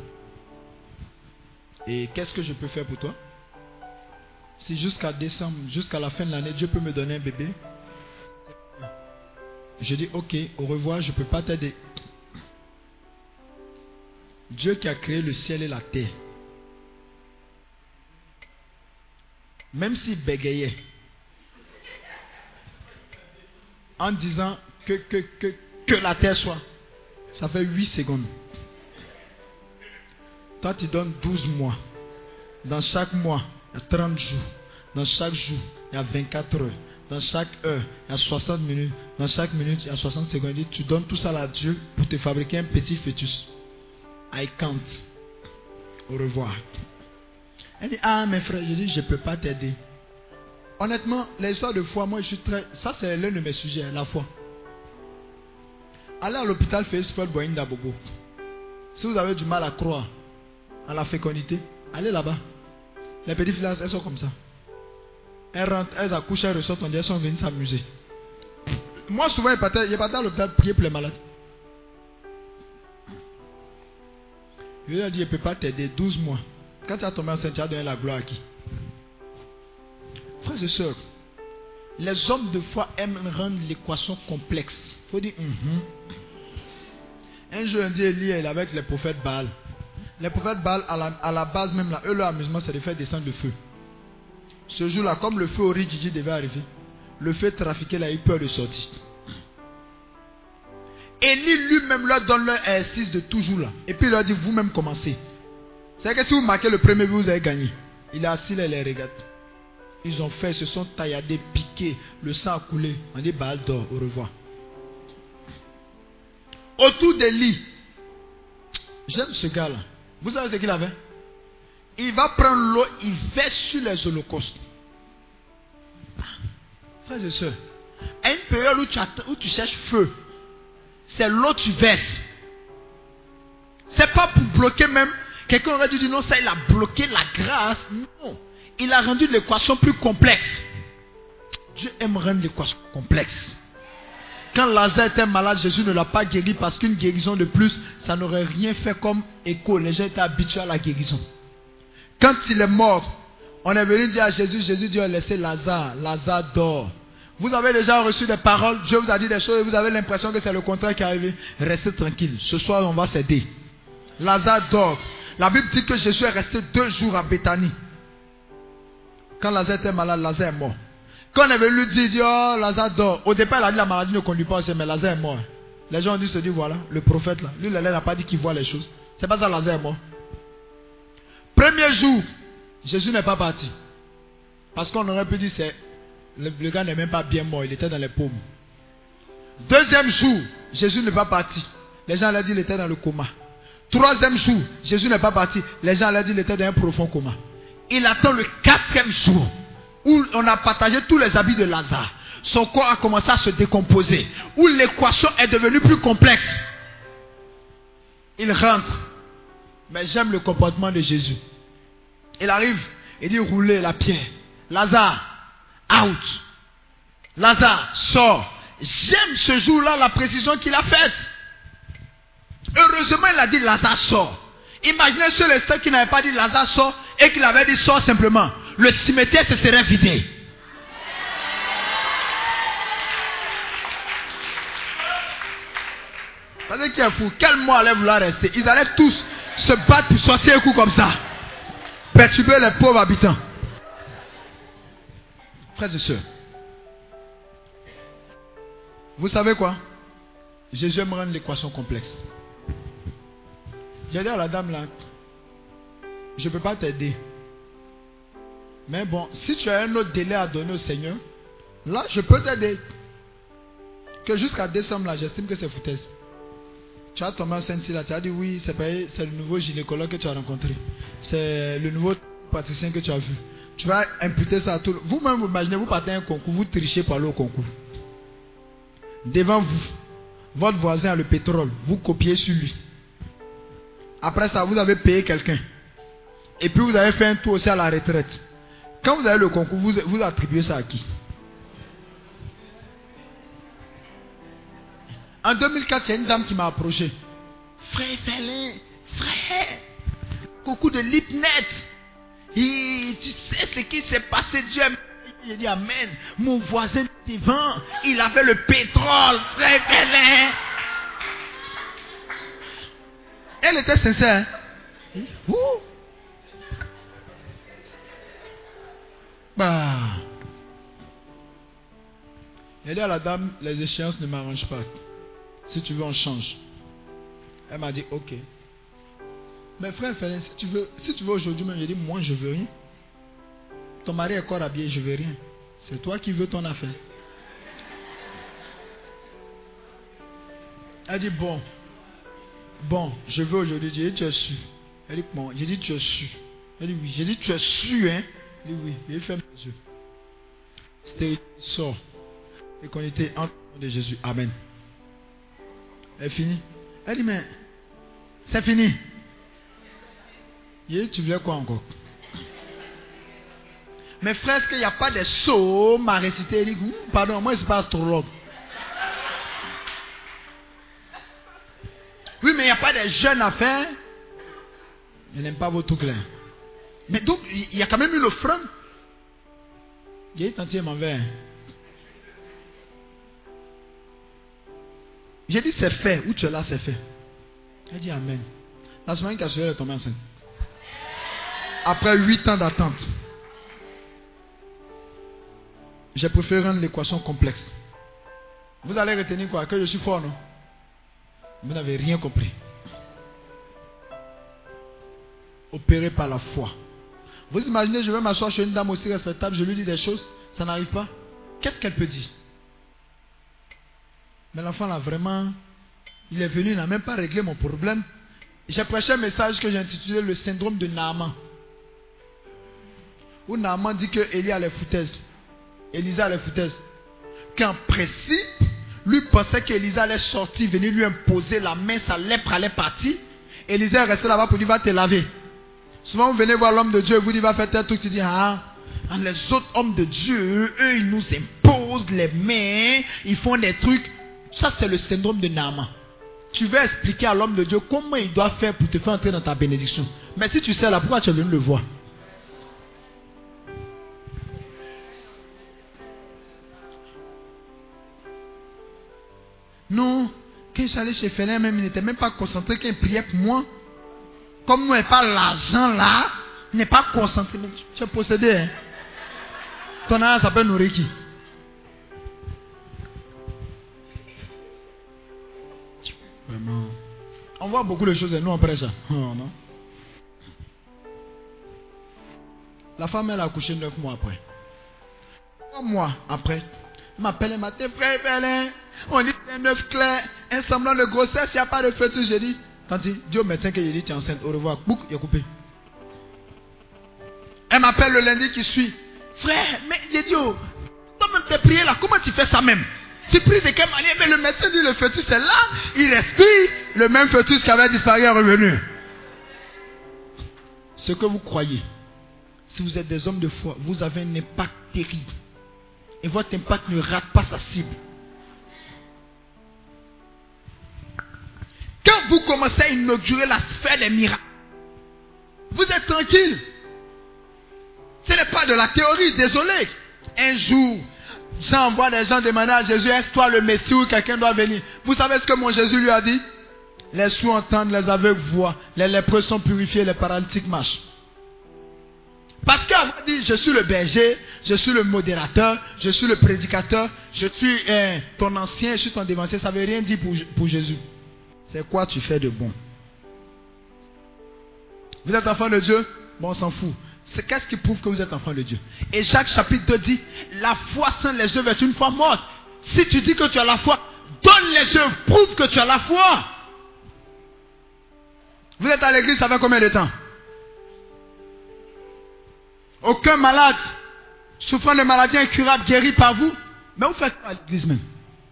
Et qu'est-ce que je peux faire pour toi? Si jusqu'à décembre, jusqu'à la fin de l'année, Dieu peut me donner un bébé. Je dis ok, au revoir, je ne peux pas t'aider. Dieu qui a créé le ciel et la terre, même s'il bégayait en disant que, que, que, que la terre soit, ça fait huit secondes. Toi tu donnes douze mois. Dans chaque mois, il y a trente jours. Dans chaque jour, il y a vingt-quatre heures. Dans chaque heure, il y a soixante minutes. Dans chaque minute, il y a soixante secondes. Il dit, tu donnes tout ça à Dieu pour te fabriquer un petit fœtus. I can't. Au revoir. Elle dit, ah mes frères, je dis, je ne peux pas t'aider. Honnêtement, l'histoire de foi, moi je suis très... Ça c'est l'un de mes sujets, la foi. Allez à l'hôpital, faites sport Boinda Bobo. Si vous avez du mal à croire à la fécondité, allez là-bas. Les petites filles, elles sont comme ça. Elles rentrent, elles accouchent, elles ressortent, on dit elles sont venues s'amuser. Moi, souvent, je partais à l'hôpital prier pour les malades. Je lui ai dit, je ne peux pas t'aider douze mois. Quand tu as tombé enceinte, tu as donné la gloire à qui? Frères et sœurs, les hommes de foi aiment rendre l'équation complexe. Il faut dire, mm-hmm. Un jour, un dit Élie, il est avec les prophètes Baal. Les prophètes Baal, à la, à la base même, là, eux, leur amusement, c'est de faire descendre le feu. Ce jour-là, comme le feu au Ridjidji devait arriver, le feu trafiqué, là, il a eu peur de sortir. Élie lui-même leur donne leur exercice de toujours là. Et puis il leur dit, vous-même commencez. C'est que si vous marquez le premier but, vous avez gagné. Il est assis là, il les regarde. Ils ont fait, ils se sont tailladés, piqués, le sang a coulé. On dit, Baal dort, au revoir. Autour d'Élie, j'aime ce gars-là. Vous savez ce qu'il avait? Il va prendre l'eau, il verse sur les holocaustes. Frères et sœurs, à une période où tu, attends, où tu cherches feu, c'est l'eau que tu verses. C'est pas pour bloquer même. Quelqu'un aurait dû dire non, ça il a bloqué la grâce. Non. Il a rendu l'équation plus complexe. Dieu aime rendre l'équation complexe. Quand Lazare était malade, Jésus ne l'a pas guéri parce qu'une guérison de plus, ça n'aurait rien fait comme écho. Les gens étaient habitués à la guérison. Quand il est mort, on est venu dire à Jésus, Jésus dit, laissez Lazare, Lazare dort. Vous avez déjà reçu des paroles, Dieu vous a dit des choses et vous avez l'impression que c'est le contraire qui est arrivé. Restez tranquille, ce soir on va s'aider. Lazare dort. La Bible dit que Jésus est resté deux jours à Béthanie. Quand Lazare était malade, Lazare est mort. Quand on est venu lui dire, oh Lazare dort. Au départ il a dit la maladie ne conduit pas, mais Lazare est mort. Les gens ont dû se dire, voilà, le prophète là, lui il n'a pas dit qu'il voit les choses. C'est pas ça, Lazare est mort. Premier jour, Jésus n'est pas parti. Parce qu'on aurait pu dire, c'est, le, le gars n'est même pas bien mort, il était dans les paumes. Deuxième jour, Jésus n'est pas parti. Les gens allaient dire qu'il était dans le coma. Troisième jour, Jésus n'est pas parti. Les gens allaient dire qu'il était dans un profond coma. Il attend le quatrième jour, où on a partagé tous les habits de Lazare. Son corps a commencé à se décomposer, où l'équation est devenue plus complexe. Il rentre. Mais j'aime le comportement de Jésus. Il arrive, il dit roulez la pierre. Lazare, out. Lazare, sort. J'aime ce jour-là la précision qu'il a faite. Heureusement, il a dit Lazare sort. Imaginez ceux les seuls qui n'avaient pas dit Lazare sort et qu'il avait dit sort simplement. Le cimetière se serait vidé. Vous savez qui est fou? Quel mot allait vouloir rester? Ils allaient tous se battre pour sortir un coup comme ça. Perturber les pauvres habitants. Frères et sœurs, vous savez quoi? Jésus aime rendre l'équation complexe. J'ai dit à la dame là, je ne peux pas t'aider. Mais bon, si tu as un autre délai à donner au Seigneur, là je peux t'aider. Que jusqu'à décembre là, j'estime que c'est foutaise. Tu as tombé enceinte là, tu as dit oui, c'est le nouveau gynécologue que tu as rencontré. C'est le nouveau praticien que tu as vu. Tu vas imputer ça à tout le monde. Vous-même, vous imaginez, vous partez à un concours, vous trichez par le concours. Devant vous, votre voisin a le pétrole, vous copiez sur lui. Après ça, vous avez payé quelqu'un. Et puis vous avez fait un tour aussi à la retraite. Quand vous avez le concours, vous, vous attribuez ça à qui? En deux mille quatre, il y a une dame qui m'a approché. Frère Félin, frère, concours de l'Ipnet. Et tu sais ce qui s'est passé, Dieu. J'ai dit amen. Mon voisin devant, il avait le pétrole, frère Félin. Elle était sincère. Hein? Ouh. Bah. J'ai dit à la dame, les échéances ne m'arrangent pas. Si tu veux, on change. Elle m'a dit, ok. Mais frère, frère si tu veux, si tu veux aujourd'hui même, j'ai dit, moi je veux rien. Ton mari est corps habillé, je veux rien. C'est toi qui veux ton affaire. Elle dit, bon. Bon, je veux aujourd'hui. J'ai dit, tu es sûr. Elle dit, bon. J'ai dit, tu es sûr. Elle dit, oui. J'ai dit, tu es sûr, hein? Elle dit, oui. Il ferme les yeux. C'était sort. Et qu'on était en nom de Jésus. Amen. Elle finit. Elle dit, mais c'est fini. Et tu voulais quoi encore? Mais frère, est-ce qu'il n'y a pas des psaumes à réciter? Elle dit, pardon, moi je ne suis pas astrologue. Oui, mais il n'y a pas des jeunes à faire. Je n'aime pas vos trucs là. Mais donc, il y a quand même une offrande. J'ai dit, tantôt, mon verre. J'ai dit, c'est fait. Où tu es là, c'est fait. Elle dit Amen. La semaine qui a suivi, elle est tombée enceinte. Après huit ans d'attente, j'ai préféré rendre l'équation complexe. Vous allez retenir quoi? Que je suis fort, non? Vous n'avez rien compris. Opéré par la foi. Vous imaginez, je vais m'asseoir chez une dame aussi respectable, je lui dis des choses, ça n'arrive pas. Qu'est-ce qu'elle peut dire? Mais l'enfant là, vraiment, il est venu, il n'a même pas réglé mon problème. J'ai prêché un message que j'ai intitulé le syndrome de Naaman. Où Naaman dit que Élie a les foutaises. Élisa a les foutaises. Qu'en principe, lui pensait qu'Élisa allait sortir, venir lui imposer la main, sa lèpre allait partir. Élisa est resté là-bas pour lui, va te laver. Souvent, vous venez voir l'homme de Dieu et vous dites, va faire tel truc. Tu dis, ah, les autres hommes de Dieu, eux, ils nous imposent les mains, ils font des trucs. Ça, c'est le syndrome de Naaman. Tu vas expliquer à l'homme de Dieu comment il doit faire pour te faire entrer dans ta bénédiction. Mais si tu sais là, pourquoi tu es venu le voir? Non, quand j'allais chez Félin, même il n'était même pas concentré, qu'il priait pour moi. Comme nous n'avons pas l'argent là, il n'est pas concentré. Mais tu es possédé. Hein? Ton argent s'appelle nourrir qui? Vraiment. On voit beaucoup de choses et nous on prêche ça. Oh, non? La femme elle a accouché neuf mois après. Trois mois après, elle m'appelle un matin, frère Félin, on dit c'est neuf clair, un semblant de grossesse, il n'y a pas de fœtus. J'ai dit, quand il dit au médecin que j'ai dit tu es enceinte, au revoir, bouc, il a coupé. Elle m'appelle le lundi qui suit. Frère, mais j'ai dit, oh, toi-même t'es prié là, comment tu fais ça même? Tu pries de quelle manière? Mais le médecin dit le fœtus est là, il respire, le même fœtus qui avait disparu est revenu. Ce que vous croyez, si vous êtes des hommes de foi, vous avez un impact terrible. Et votre impact ne rate pas sa cible. Quand vous commencez à inaugurer la sphère des miracles, vous êtes tranquille. Ce n'est pas de la théorie, désolé. Un jour, j'envoie des gens demander à Jésus, est-ce toi le Messie ou quelqu'un doit venir? Vous savez ce que mon Jésus lui a dit? Les sourds entendent, les aveugles voient, les lépreux sont purifiés, les paralytiques marchent. Parce qu'avant dit, je suis le berger, je suis le modérateur, je suis le prédicateur, je suis euh, ton ancien, je suis ton dévancier, ça ne veut rien dire pour, pour Jésus. C'est quoi tu fais de bon? Vous êtes enfant de Dieu? Bon, on s'en fout. C'est qu'est-ce qui prouve que vous êtes enfant de Dieu? Et Jacques chapitre deux dit, la foi sans les œuvres est une foi morte. Si tu dis que tu as la foi, donne les œuvres, prouve que tu as la foi. Vous êtes à l'église, ça fait combien de temps? Aucun malade souffrant de maladies incurables guéri par vous. Mais vous faites quoi à l'église même?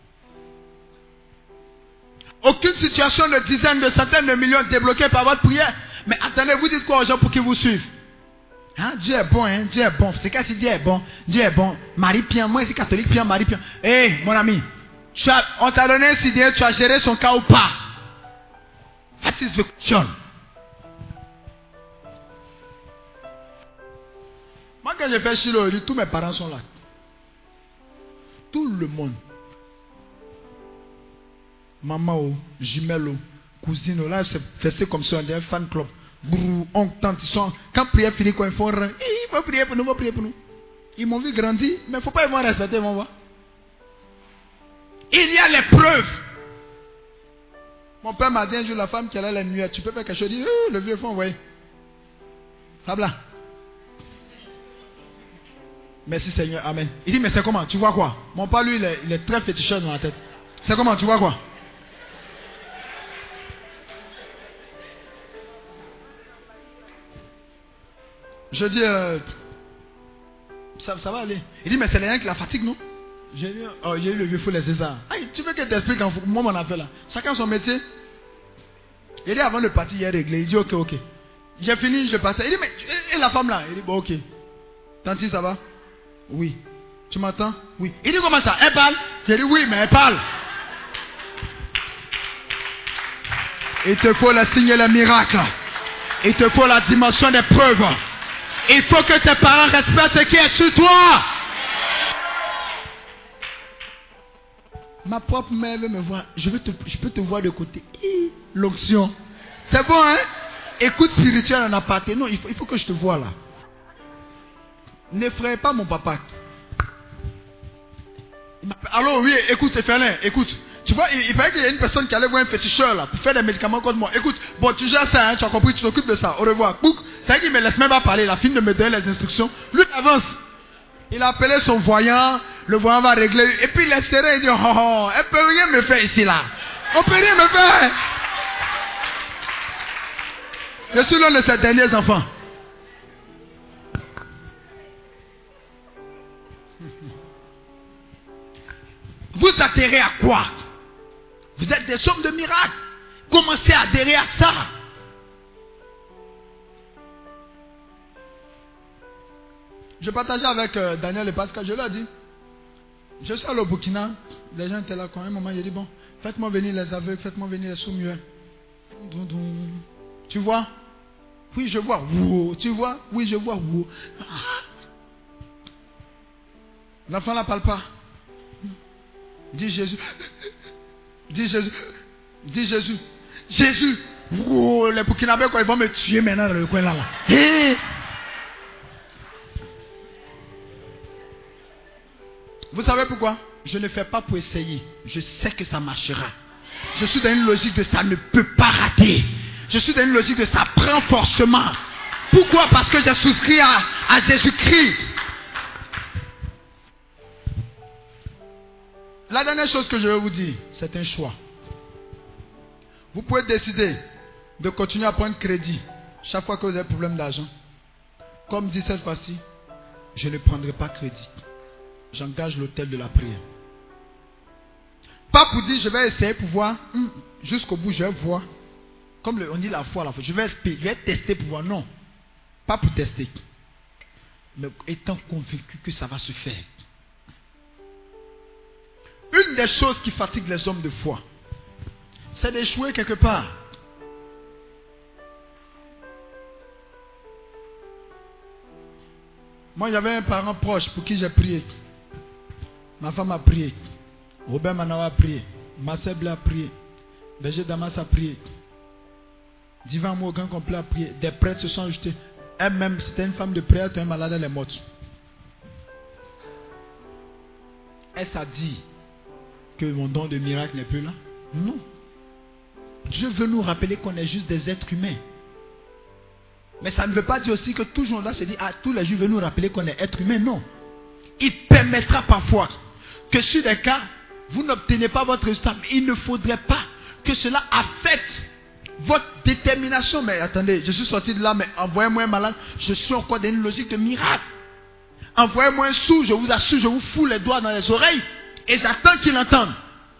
Aucune situation de dizaines, de centaines de millions débloquée par votre prière. Mais attendez, vous dites quoi aux gens pour qu'ils vous suivent? Hein? Dieu est bon, hein? Dieu est bon. C'est qu'est-ce que Dieu est bon? Dieu est bon. Marie Pierre, moi ici catholique, Pierre, Marie Pierre. Hé, hey, mon ami, tu as, on t'a donné un C D, tu as géré son cas ou pas? That is the question. Moi, quand je fais Chilo, tous mes parents sont là. Tout le monde. Maman, oh, jumelle, oh, cousine, oh, là, c'est fait comme ça, on dit un fan club. Brrr, oncle, tante, ils sont. Quand prière finit, quand ils font rien, il faut prier pour nous, il faut prier pour nous. Ils m'ont vu grandir, mais il ne faut pas les respecter, ils vont voir. Il y a les preuves. Mon père m'a dit un jour, la femme qui allait la nuit, tu peux faire quelque chose, il dit, oh, le vieux fond, oui. Fabla. Merci Seigneur, amen. Il dit, mais c'est comment? Tu vois quoi? Mon père, lui, il est, il est très féticheur dans la tête. C'est comment? Tu vois quoi? Je dis, euh, ça, ça va aller. Il dit, mais c'est rien que la fatigue, non? J'ai dit, oh, il y a eu le vieux fou, les César. Aïe, tu veux que je t'explique en moi, mon affaire là? Chacun son métier. Il dit, avant de partir, il est réglé. Il dit, ok, ok. J'ai fini, je passe. Il dit, mais, et la femme là? Il dit, bon, ok. Tanti, ça va? Oui. Tu m'entends? Oui. Il dit, comment ça? Elle parle? J'ai dit, oui, mais elle parle. Il te faut le signe et le miracle. Il te faut la dimension des preuves. Il faut que tes parents respectent ce qui est sur toi. Ma propre mère veut me voir. Je, veux te, je peux te voir de côté. L'onction. C'est bon, hein? Écoute spirituel en aparté. Non, il faut, il faut que je te voie là. N'effraie pas mon papa. Alors oui, écoute, Effelin, écoute. Tu vois, il, il paraît qu'il y a une personne qui allait voir un féticheur là pour faire des médicaments contre moi. Écoute, bon, tu gères ça, hein, tu as compris, tu t'occupes de ça. Au revoir. Pouc. C'est vrai qu'il me laisse même pas parler. La fille de me donner les instructions. Lui avance. Il a appelé son voyant. Le voyant va régler. Et puis il est serré. Il dit, oh, oh, elle peut rien me faire ici là. On peut rien me faire. Je suis l'un de ses derniers enfants. Vous adhérez à quoi? Vous êtes des hommes de miracles. Commencez à adhérer à ça. Je partageais avec euh, Daniel et Pascal, je leur ai dit, je suis allé au Burkina, les gens étaient là quand un moment, j'ai dit, bon, faites-moi venir les aveugles, faites-moi venir les sourds-muets. Tu vois? Oui, je vois. Wow. Tu vois? Oui, je vois. Wow. L'enfant ne parle pas. Dis Jésus. Dis Jésus. Dis Jésus. Jésus. Wow. Les Burkinabés, quand ils vont me tuer maintenant dans le coin là. là. Hey. Vous savez pourquoi? Je ne fais pas pour essayer. Je sais que ça marchera. Je suis dans une logique de ça ne peut pas rater. Je suis dans une logique de ça prend forcément. Pourquoi? Parce que j'ai souscrit à, à Jésus-Christ. La dernière chose que je vais vous dire, c'est un choix. Vous pouvez décider de continuer à prendre crédit chaque fois que vous avez un problème d'argent. Comme dit cette fois-ci, je ne prendrai pas crédit. J'engage l'autel de la prière. Pas pour dire je vais essayer pour voir, hum, jusqu'au bout je vais voir. Comme le, on dit la foi, la foi. Je vais, je vais tester pour voir. Non. Pas pour tester. Mais étant convaincu que ça va se faire. Une des choses qui fatigue les hommes de foi, c'est d'échouer quelque part. Moi, j'avais un parent proche pour qui j'ai prié. Ma femme a prié. Robert Manawa a prié. Marcel Blé a prié. Berger Damas a prié. Divan Morgan complet a prié. Des prêtres se sont ajoutés. Elle-même, c'était une femme de prière, était un malade, elle est morte. Est-ce à dire que mon don de miracle n'est plus là? Non. Dieu veut nous rappeler qu'on est juste des êtres humains. Mais ça ne veut pas dire aussi que tout le monde là se dit, ah, tous les jours veut nous rappeler qu'on est être humain. Non. Il permettra parfois que sur des cas, vous n'obtenez pas votre résultat. Mais il ne faudrait pas que cela affecte votre détermination. Mais attendez, je suis sorti de là, mais envoyez-moi un malade. Je suis encore dans une logique de miracle. Envoyez-moi un sourd, je vous assure, je vous fous les doigts dans les oreilles. Et j'attends qu'il entende.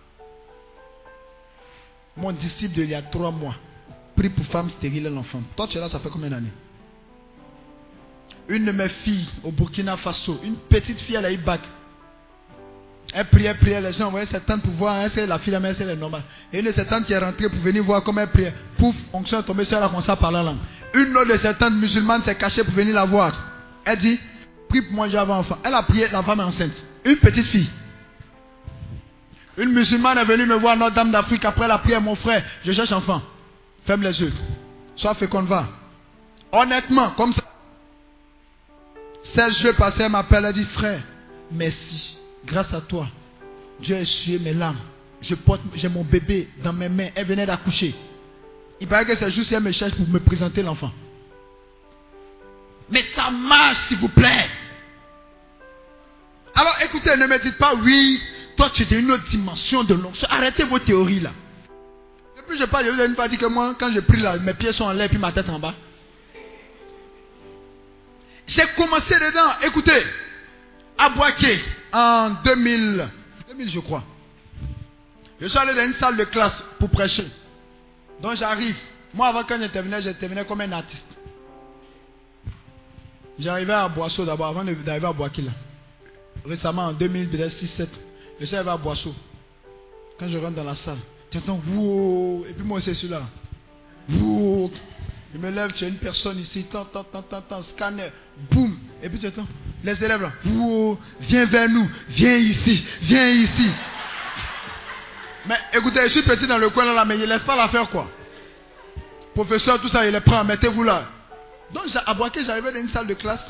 Mon disciple d'il y a trois mois prie pour femme stérile et l'enfant. Toi, tu es là, ça fait combien d'années? Une de mes filles au Burkina Faso, une petite fille, elle a eu bac. Elle priait, priait, les gens envoyaient cette tante pour voir, hein, c'est la fille, mais c'est la normale. Et une de ces tantes qui est rentrée pour venir voir comment elle priait. Pouf, onction est tombée sur elle, elle a commencé à parler en langue. Une autre de ces tantes musulmanes s'est cachée pour venir la voir. Elle dit, prie pour moi, j'avais un enfant. Elle a prié, la femme est enceinte. Une petite fille. Une musulmane est venue me voir, Notre-Dame d'Afrique, après la prière, mon frère, je cherche enfant. Ferme les yeux. Sois fécond, va. Honnêtement, comme ça. seize jours passés, elle m'appelle, elle dit, frère, merci. Grâce à toi, Dieu a essuyé mes larmes. Je porte, j'ai mon bébé dans mes mains. Elle venait d'accoucher. Il paraît que c'est juste si elle me cherche pour me présenter l'enfant. Mais ça marche, s'il vous plaît. Alors écoutez, ne me dites pas, oui, toi tu es une autre dimension de l'onction. Arrêtez vos théories là. Et puis je parle, je vous ai une fois dit que moi, quand je prie là, mes pieds sont en l'air et puis ma tête en bas. J'ai commencé dedans, écoutez, à Boaké en deux mille, deux mille je crois. Je suis allé dans une salle de classe pour prêcher. Donc j'arrive. Moi avant quand j'intervenais, j'intervenais comme un artiste. J'arrivais à Boisseau d'abord, avant d'arriver à Boaké là. Récemment en deux mille six sept, je suis arrivé à Boisseau. Quand je rentre dans la salle, tu entends wouh, et puis moi c'est celui-là. Wouh. Je me lève, tu as une personne ici, tant, tant, tant, tant, tant, scanner, boum, et puis tu entends les élèves là, wouh, viens vers nous, viens ici, viens ici. Mais écoutez, je suis petit dans le coin là, mais il ne laisse pas la faire quoi. Professeur, tout ça, il les prend, mettez-vous là. Donc, à Boaké, j'arrivais dans une salle de classe.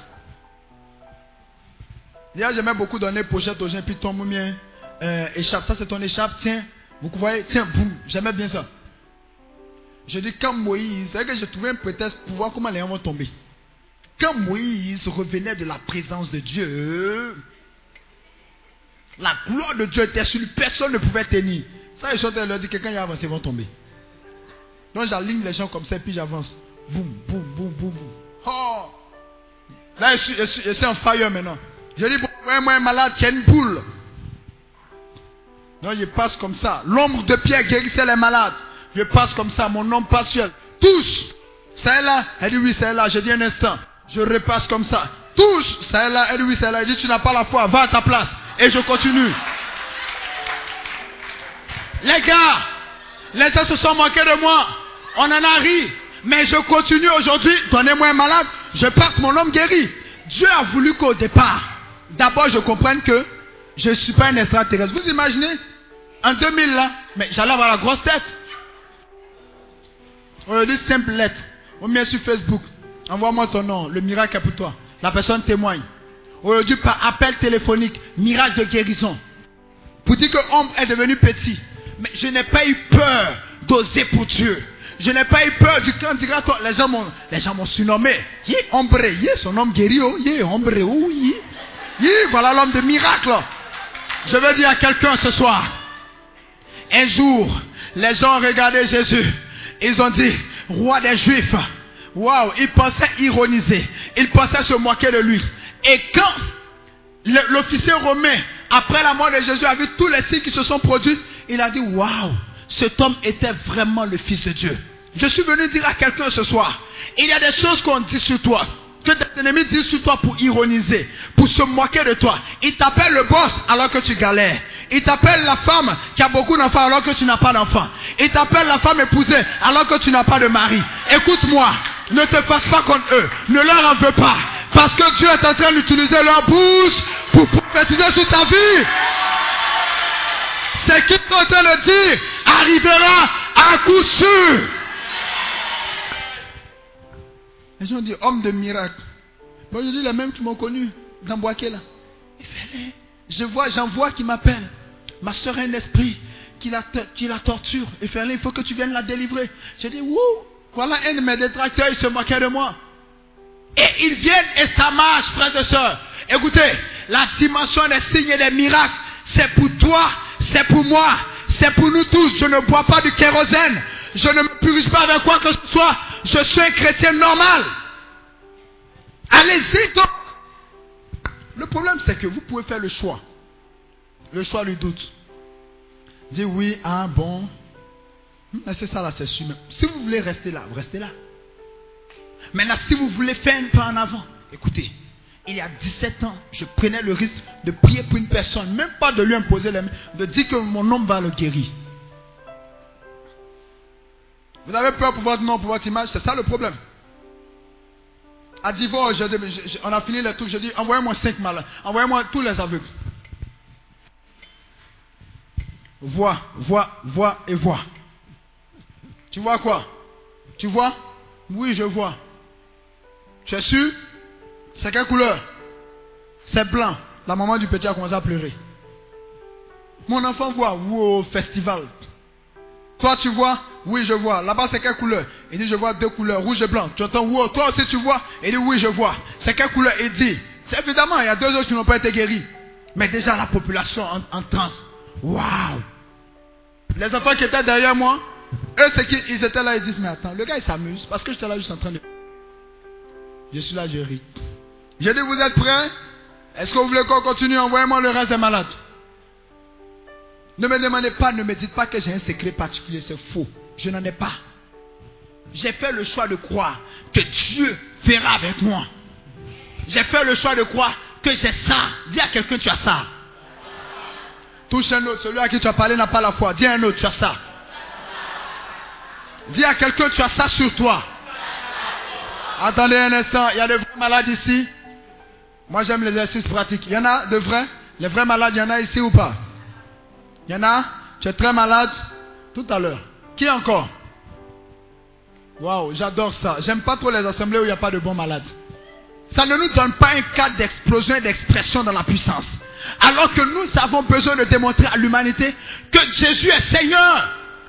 Hier, j'aimais beaucoup donner pochette aux gens, puis ton mien euh, échappe. Ça, c'est ton échappe, tiens. Vous voyez, tiens, boum. J'aimais bien ça. Je dis, quand Moïse, c'est que j'ai trouvé un prétexte pour voir comment les gens vont tomber. Quand Moïse revenait de la présence de Dieu, la gloire de Dieu était sur lui, personne ne pouvait tenir. Ça, ils sont en train de leur dire que quand ils avancent, ils vont tomber. Donc j'aligne les gens comme ça et puis j'avance. Boum, boum, boum, boum, boum. Oh! Là, je suis, je suis, je suis en fire maintenant. Je dis, bon, moi, moi, un malade qui a une boule. Donc je passe comme ça. L'ombre de Pierre guérissait les malades. Je passe comme ça, mon nom partiel. Tous! Ça est là? Elle dit oui, c'est là. Je dis un instant. Je repasse comme ça. Tous! Ça est là? Elle dit oui, c'est là. Elle dit tu n'as pas la foi, va à ta place. Et je continue. Les gars, les gens se sont moqués de moi. On en a ri. Mais je continue aujourd'hui. Donnez-moi un malade. Je passe mon homme guéri. Dieu a voulu qu'au départ, d'abord je comprenne que je ne suis pas un extraterrestre. Vous imaginez? En deux mille là, mais j'allais avoir la grosse tête. On lui dit simple lettre. On met sur Facebook. Envoie-moi ton nom. Le miracle est pour toi. La personne témoigne. Aujourd'hui, par appel téléphonique, miracle de guérison. Pour dire que l'homme est devenu petit. Mais je n'ai pas eu peur d'oser pour Dieu. Je n'ai pas eu peur du quand les gens m'ont, les gens m'ont surnommé. Yé, ombre, yé, son homme guéri, oh, yé, ombre, oh, yé. Yé, voilà l'homme de miracle. Je veux dire à quelqu'un ce soir. Un jour, les gens ont regardé Jésus. Ils ont dit, roi des Juifs. Waouh, ils pensaient ironiser. Ils pensaient se moquer de lui. Et quand l'officier romain, après la mort de Jésus, a vu tous les signes qui se sont produits, il a dit, waouh, cet homme était vraiment le Fils de Dieu. Je suis venu dire à quelqu'un ce soir, il y a des choses qu'on dit sur toi, que tes ennemis disent sur toi pour ironiser, pour se moquer de toi. Ils t'appellent le boss alors que tu galères. Ils t'appellent la femme qui a beaucoup d'enfants alors que tu n'as pas d'enfants. Ils t'appellent la femme épousée alors que tu n'as pas de mari. Écoute-moi, ne te fasse pas contre eux, ne leur en veux pas. Parce que Dieu est en train d'utiliser leur bouche pour prophétiser sur ta vie. Ce qu'ils sont en train de dire arrivera à coup sûr. Les gens disent homme de miracle. Moi je dis les mêmes qui m'ont connu dans Boaké là. Je vois, j'en vois qui m'appellent. Ma soeur a un esprit qui la, qui la torture. Et il faut que tu viennes la délivrer. Je dis wouh, voilà un de mes détracteurs, il se moquait de moi. Et ils viennent et ça marche, frères et sœurs. Écoutez, la dimension des signes et des miracles, c'est pour toi, c'est pour moi, c'est pour nous tous. Je ne bois pas du kérosène. Je ne me purge pas avec quoi que ce soit. Je suis un chrétien normal. Allez-y donc. Le problème c'est que vous pouvez faire le choix. Le choix du doute. Dire oui, ah bon. Mais c'est ça là, c'est sûr. Si vous voulez rester là, vous restez là. Maintenant, si vous voulez faire un pas en avant, écoutez, il y a dix-sept ans, je prenais le risque de prier pour une personne, même pas de lui imposer les mains, de dire que mon homme va le guérir. Vous avez peur pour votre nom, pour votre image, c'est ça le problème. À Divo, je, je, je, on a fini le truc, je dis, envoyez-moi cinq malades, envoyez-moi tous les aveugles. Vois, vois, vois et vois. Tu vois quoi? Tu vois? Oui, je vois. Tu es sûr? C'est quelle couleur? C'est blanc. La maman du petit a commencé à pleurer. Mon enfant voit. Wow, festival. Toi, tu vois? Oui, je vois. Là-bas, c'est quelle couleur? Il dit, je vois deux couleurs, rouge et blanc. Tu entends? Wow, toi aussi, tu vois? Il dit, oui, je vois. C'est quelle couleur? Il dit, c'est évidemment, il y a deux autres qui n'ont pas été guéris. Mais déjà, la population en, en transe. Waouh! Les enfants qui étaient derrière moi, eux, c'est qu'ils étaient là, ils disent, mais attends, le gars, il s'amuse. Parce que j'étais là juste en train de... Je suis là, je ris. J'ai dit, vous êtes prêts? Est-ce que vous voulez qu'on continue? Envoyez-moi le reste des malades. Ne me demandez pas, ne me dites pas que j'ai un secret particulier, c'est faux. Je n'en ai pas. J'ai fait le choix de croire que Dieu fera avec moi. J'ai fait le choix de croire que j'ai ça. Dis à quelqu'un, tu as ça. Touche un autre, celui à qui tu as parlé n'a pas la foi. Dis à un autre, tu as ça. Dis à quelqu'un, tu as ça sur toi. Attendez un instant, il y a de vrais malades ici. Moi j'aime l'exercice pratique. Il y en a de vrais? Les vrais malades, il y en a ici ou pas? Il y en a? Tu es très malade? Tout à l'heure. Qui encore? Waouh, j'adore ça. J'aime pas trop les assemblées où il n'y a pas de bons malades. Ça ne nous donne pas un cadre d'explosion et d'expression dans la puissance. Alors que nous avons besoin de démontrer à l'humanité que Jésus est Seigneur.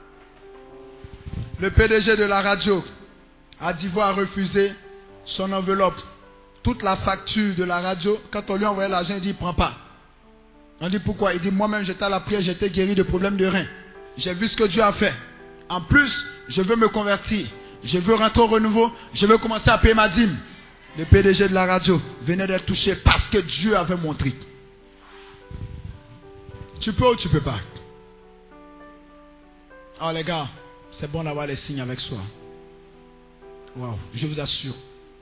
Le P D G de la radio a dit a refusé son enveloppe. Toute la facture de la radio, quand on lui a envoyé l'argent, il dit il ne prend pas. On dit pourquoi? Il dit moi-même j'étais à la prière, j'étais guéri de problèmes de rein. J'ai vu ce que Dieu a fait. En plus, je veux me convertir. Je veux rentrer au renouveau. Je veux commencer à payer ma dîme. Le P D G de la radio venait d'être touché parce que Dieu avait montré. Tu peux ou tu peux pas? Oh les gars, c'est bon d'avoir les signes avec soi. Waouh, je vous assure.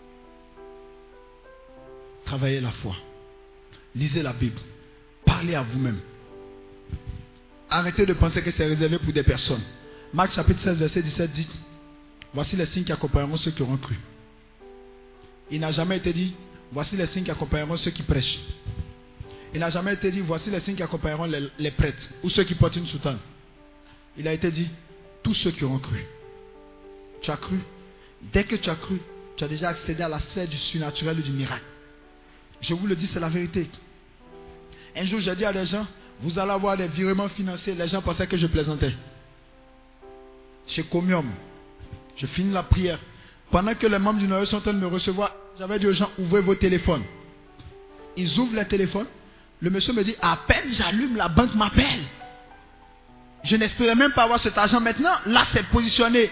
Travaillez la foi. Lisez la Bible. Parlez à vous-même. Arrêtez de penser que c'est réservé pour des personnes. Marc chapitre seize verset dix-sept dit: voici les signes qui accompagneront ceux qui auront cru. Il n'a jamais été dit voici les signes qui accompagneront ceux qui prêchent. Il n'a jamais été dit voici les signes qui accompagneront les, les prêtres ou ceux qui portent une soutane. Il a été dit tous ceux qui auront cru. Tu as cru. Dès que tu as cru, tu as déjà accédé à la sphère du surnaturel et du miracle. Je vous le dis, c'est la vérité. Un jour, j'ai dit à des gens, vous allez avoir des virements financiers. Les gens pensaient que je plaisantais. Chez Comium, je finis la prière. Pendant que les membres du Noël sont en train de me recevoir, j'avais dit aux gens, ouvrez vos téléphones. Ils ouvrent les téléphones. Le monsieur me dit, à peine j'allume, la banque m'appelle. Je n'espérais même pas avoir cet argent maintenant. Là, c'est positionné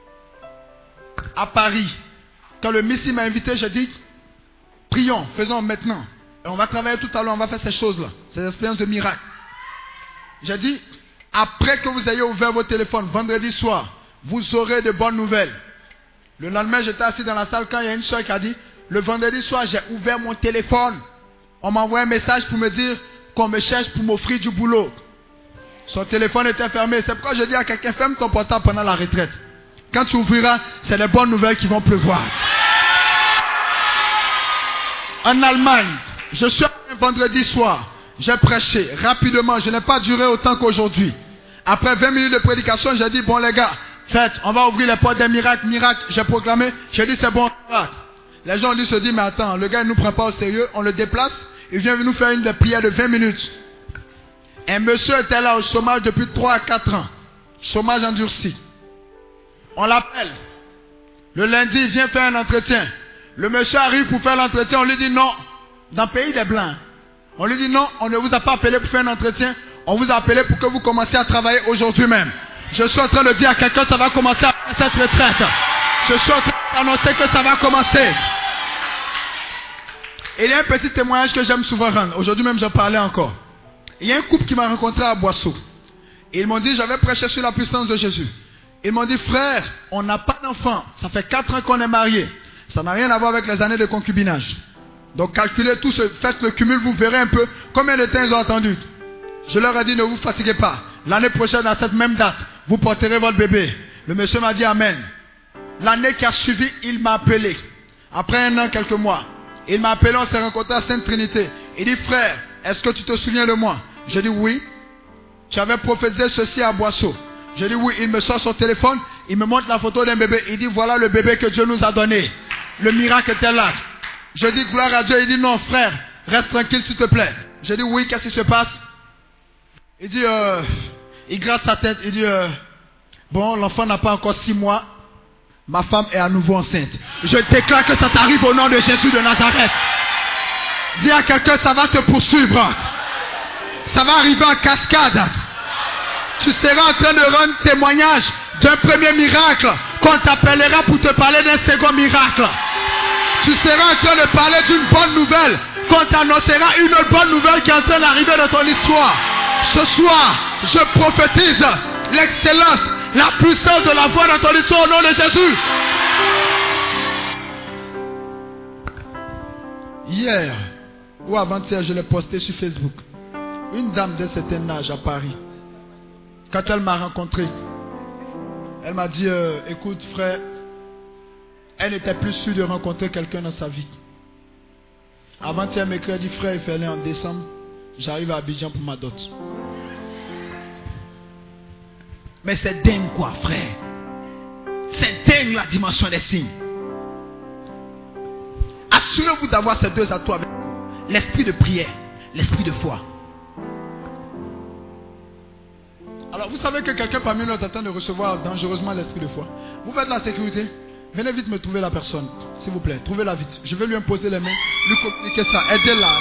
à Paris. Quand le Messie m'a invité, j'ai dit, prions, faisons maintenant. Et on va travailler tout à l'heure, on va faire ces choses-là. Ces expériences de miracle. J'ai dit, après que vous ayez ouvert vos téléphones, vendredi soir, vous aurez de bonnes nouvelles. Le lendemain, j'étais assis dans la salle quand il y a une soeur qui a dit, le vendredi soir, j'ai ouvert mon téléphone. On m'a envoyé un message pour me dire qu'on me cherche pour m'offrir du boulot. Son téléphone était fermé. C'est pourquoi je dis à quelqu'un, ferme ton portable pendant la retraite. Quand tu ouvriras, c'est les bonnes nouvelles qui vont pleuvoir. En Allemagne, je suis un vendredi soir. J'ai prêché rapidement. Je n'ai pas duré autant qu'aujourd'hui. Après vingt minutes de prédication, j'ai dit, bon les gars, faites, on va ouvrir les portes des miracles, miracles. J'ai proclamé, j'ai dit, c'est bon. Les gens lui se disent, mais attends, le gars ne nous prend pas au sérieux. On le déplace. Il vient nous faire une prière de vingt minutes. Un monsieur était là au chômage depuis trois à quatre ans. Chômage endurci. On l'appelle. Le lundi, il vient faire un entretien. Le monsieur arrive pour faire l'entretien. On lui dit non. Dans le pays des Blancs. On lui dit non, on ne vous a pas appelé pour faire un entretien. On vous a appelé pour que vous commenciez à travailler aujourd'hui même. Je suis en train de dire à quelqu'un, ça va commencer à cette retraite. Je suis en train d'annoncer que ça va commencer. Et il y a un petit témoignage que j'aime souvent rendre. Aujourd'hui même, j'en parlais encore. Il y a un couple qui m'a rencontré à Boisseau. Et ils m'ont dit, j'avais prêché sur la puissance de Jésus. Ils m'ont dit, frère, on n'a pas d'enfant. Ça fait quatre ans qu'on est mariés. Ça n'a rien à voir avec les années de concubinage. Donc calculez tout ce, faites le cumul, vous verrez un peu combien de temps ils ont attendu. Je leur ai dit, ne vous fatiguez pas. L'année prochaine, à cette même date, vous porterez votre bébé. Le monsieur m'a dit amen. L'année qui a suivi, il m'a appelé. Après un an, quelques mois. Il m'a appelé, on s'est rencontré à Sainte-Trinité. Il dit, frère, est-ce que tu te souviens de moi? Je dis oui. Tu avais prophétisé ceci à Boisseau. Je dis oui. Il me sort son téléphone. Il me montre la photo d'un bébé. Il dit, voilà le bébé que Dieu nous a donné. Le miracle était là. Je dis, gloire à Dieu. Il dit, non frère, reste tranquille s'il te plaît. Je dis oui, qu'est-ce qui se passe? Il dit, euh, il gratte sa tête. Il dit, euh, bon, l'enfant n'a pas encore six mois. Ma femme est à nouveau enceinte. Je déclare que ça t'arrive au nom de Jésus de Nazareth. Dis à quelqu'un, ça va te poursuivre. Ça va arriver en cascade. Tu seras en train de rendre témoignage d'un premier miracle qu'on t'appellera pour te parler d'un second miracle. Tu seras en train de parler d'une bonne nouvelle qu'on t'annoncera une bonne nouvelle qui est en train d'arriver dans ton histoire. Ce soir, je prophétise l'excellence, la puissance de la foi dans ton histoire au nom de Jésus. Hier ou avant-hier, je l'ai posté sur Facebook. Une dame d'un certain âge à Paris, quand elle m'a rencontré, elle m'a dit, euh, écoute frère, elle n'était plus sûre de rencontrer quelqu'un dans sa vie. Avant-hier, elle m'écrit, elle dit, frère, il fallait en décembre, j'arrive à Abidjan pour ma dot. Mais c'est dingue quoi, frère. C'est dingue la dimension des signes. Assurez-vous d'avoir ces deux atouts avec vous. L'esprit de prière, l'esprit de foi. Alors vous savez que quelqu'un parmi nous est en train de recevoir dangereusement l'esprit de foi. Vous faites la sécurité. Venez vite me trouver la personne, s'il vous plaît. Trouvez-la vite. Je vais lui imposer les mains, lui communiquer ça. Aidez-la.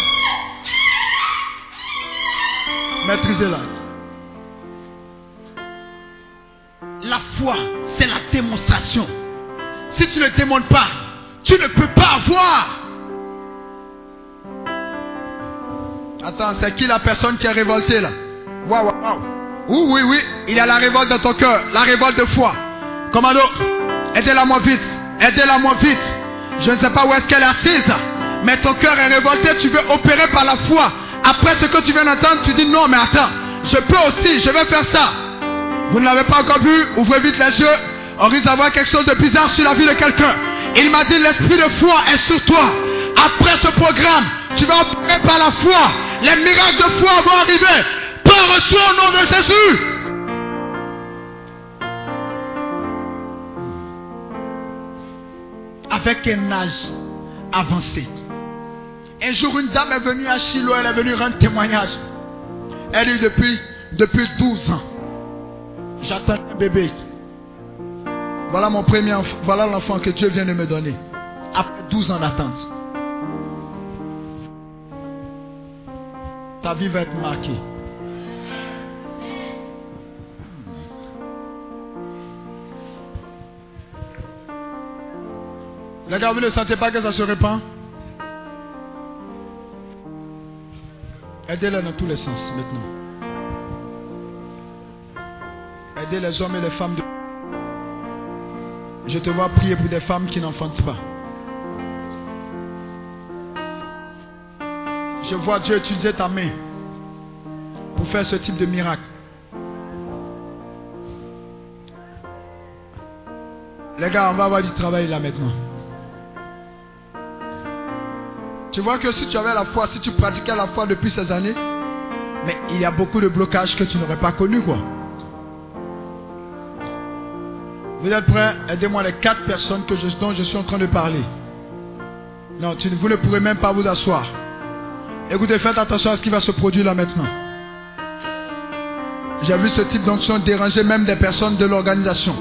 Maîtrisez-la. La foi, c'est la démonstration. Si tu ne le démontres pas, tu ne peux pas avoir. Attends, c'est qui la personne qui est révoltée là? Waouh, waouh, waouh. Oui, oui, oui. Il y a la révolte dans ton cœur. La révolte de foi. Commando, aidez-la moi vite. Aidez-la moi vite. Je ne sais pas où est-ce qu'elle est assise. Mais ton cœur est révolté. Tu veux opérer par la foi. Après ce que tu viens d'entendre, tu dis non, mais attends. Je peux aussi. Je vais faire ça. Vous ne l'avez pas encore vu. Ouvrez vite les yeux. On risque d'avoir quelque chose de bizarre sur la vie de quelqu'un. Il m'a dit l'esprit de foi est sur toi. Après ce programme, tu vas opérer par la foi. Les miracles de foi vont arriver. Par reçu au nom de Jésus. Avec un âge avancé. Un jour, une dame est venue à Shiloh, elle est venue rendre témoignage. Elle dit depuis, depuis douze ans, j'attends un bébé. Voilà mon premier enfant, voilà l'enfant que Dieu vient de me donner. Après douze ans d'attente. Ta vie va être marquée. Les gars, vous ne sentez pas que ça se répand? Aidez-les dans tous les sens maintenant. Aidez les hommes et les femmes de... Je te vois prier pour des femmes qui n'enfantent pas. Je vois Dieu utiliser ta main pour faire ce type de miracle. Les gars, on va avoir du travail là maintenant. Tu vois que si tu avais la foi, si tu pratiquais la foi depuis ces années, mais il y a beaucoup de blocages que tu n'aurais pas connus, quoi. Vous êtes prêts? Aidez-moi les quatre personnes que je, dont je suis en train de parler. Non, tu, vous ne pourrez même pas vous asseoir. Écoutez, faites attention à ce qui va se produire là maintenant. J'ai vu ce type d'onction déranger même des personnes de l'organisation.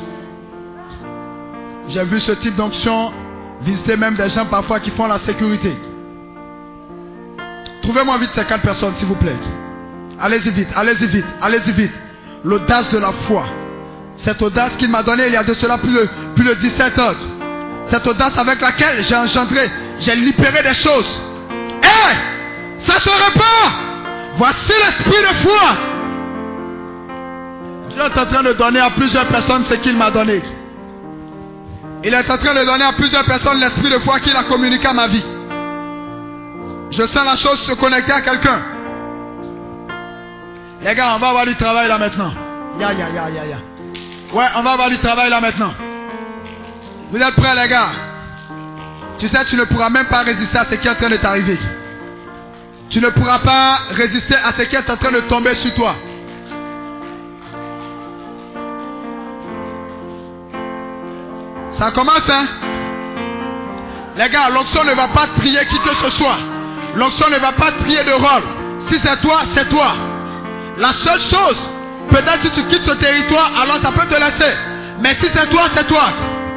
J'ai vu ce type d'onction visiter même des gens parfois qui font la sécurité. Trouvez-moi vite ces quatre personnes, s'il vous plaît. Allez-y vite, allez-y vite, allez-y vite. L'audace de la foi. Cette audace qu'il m'a donnée il y a de cela plus de, plus de dix-sept heures. Cette audace avec laquelle j'ai engendré, j'ai libéré des choses. Hé, hey, ça se répand. Voici l'esprit de foi. Dieu est en train de donner à plusieurs personnes ce qu'il m'a donné. Il est en train de donner à plusieurs personnes l'esprit de foi qu'il a communiqué à ma vie. Je sens la chose se connecter à quelqu'un. Les gars, on va avoir du travail là maintenant. Ya, ya, ya, ya, ya. Ouais, on va avoir du travail là maintenant. Vous êtes prêts, les gars? Tu sais, tu ne pourras même pas résister à ce qui est en train de t'arriver. Tu ne pourras pas résister à ce qui est en train de tomber sur toi. Ça commence, hein? Les gars, l'onction ne va pas trier qui que ce soit. L'onction ne va pas trier de rôle. Si c'est toi, c'est toi. La seule chose, peut-être si tu quittes ce territoire, alors ça peut te laisser. Mais si c'est toi, c'est toi.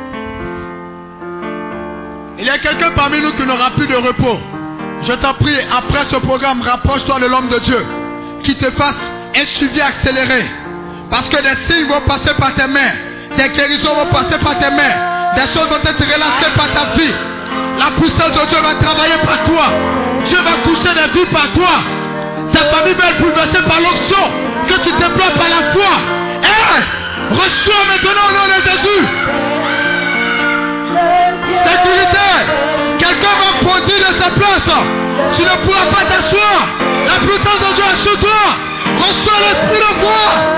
Il y a quelqu'un parmi nous qui n'aura plus de repos. Je t'en prie, après ce programme, rapproche-toi de l'homme de Dieu. Qui te fasse un suivi accéléré. Parce que des signes vont passer par tes mains. Des guérisons vont passer par tes mains. Des choses vont être relâchées par ta vie. La puissance de Dieu va travailler par toi. Dieu va toucher des vies par toi. Ta famille va être bouleversée par l'onction que tu déploies par la foi. Hey, reçois maintenant au nom de Jésus. Sécurité. Quelqu'un va produire de sa place. Tu ne pourras pas t'asseoir. La puissance de Dieu est sur toi. Reçois l'esprit de foi.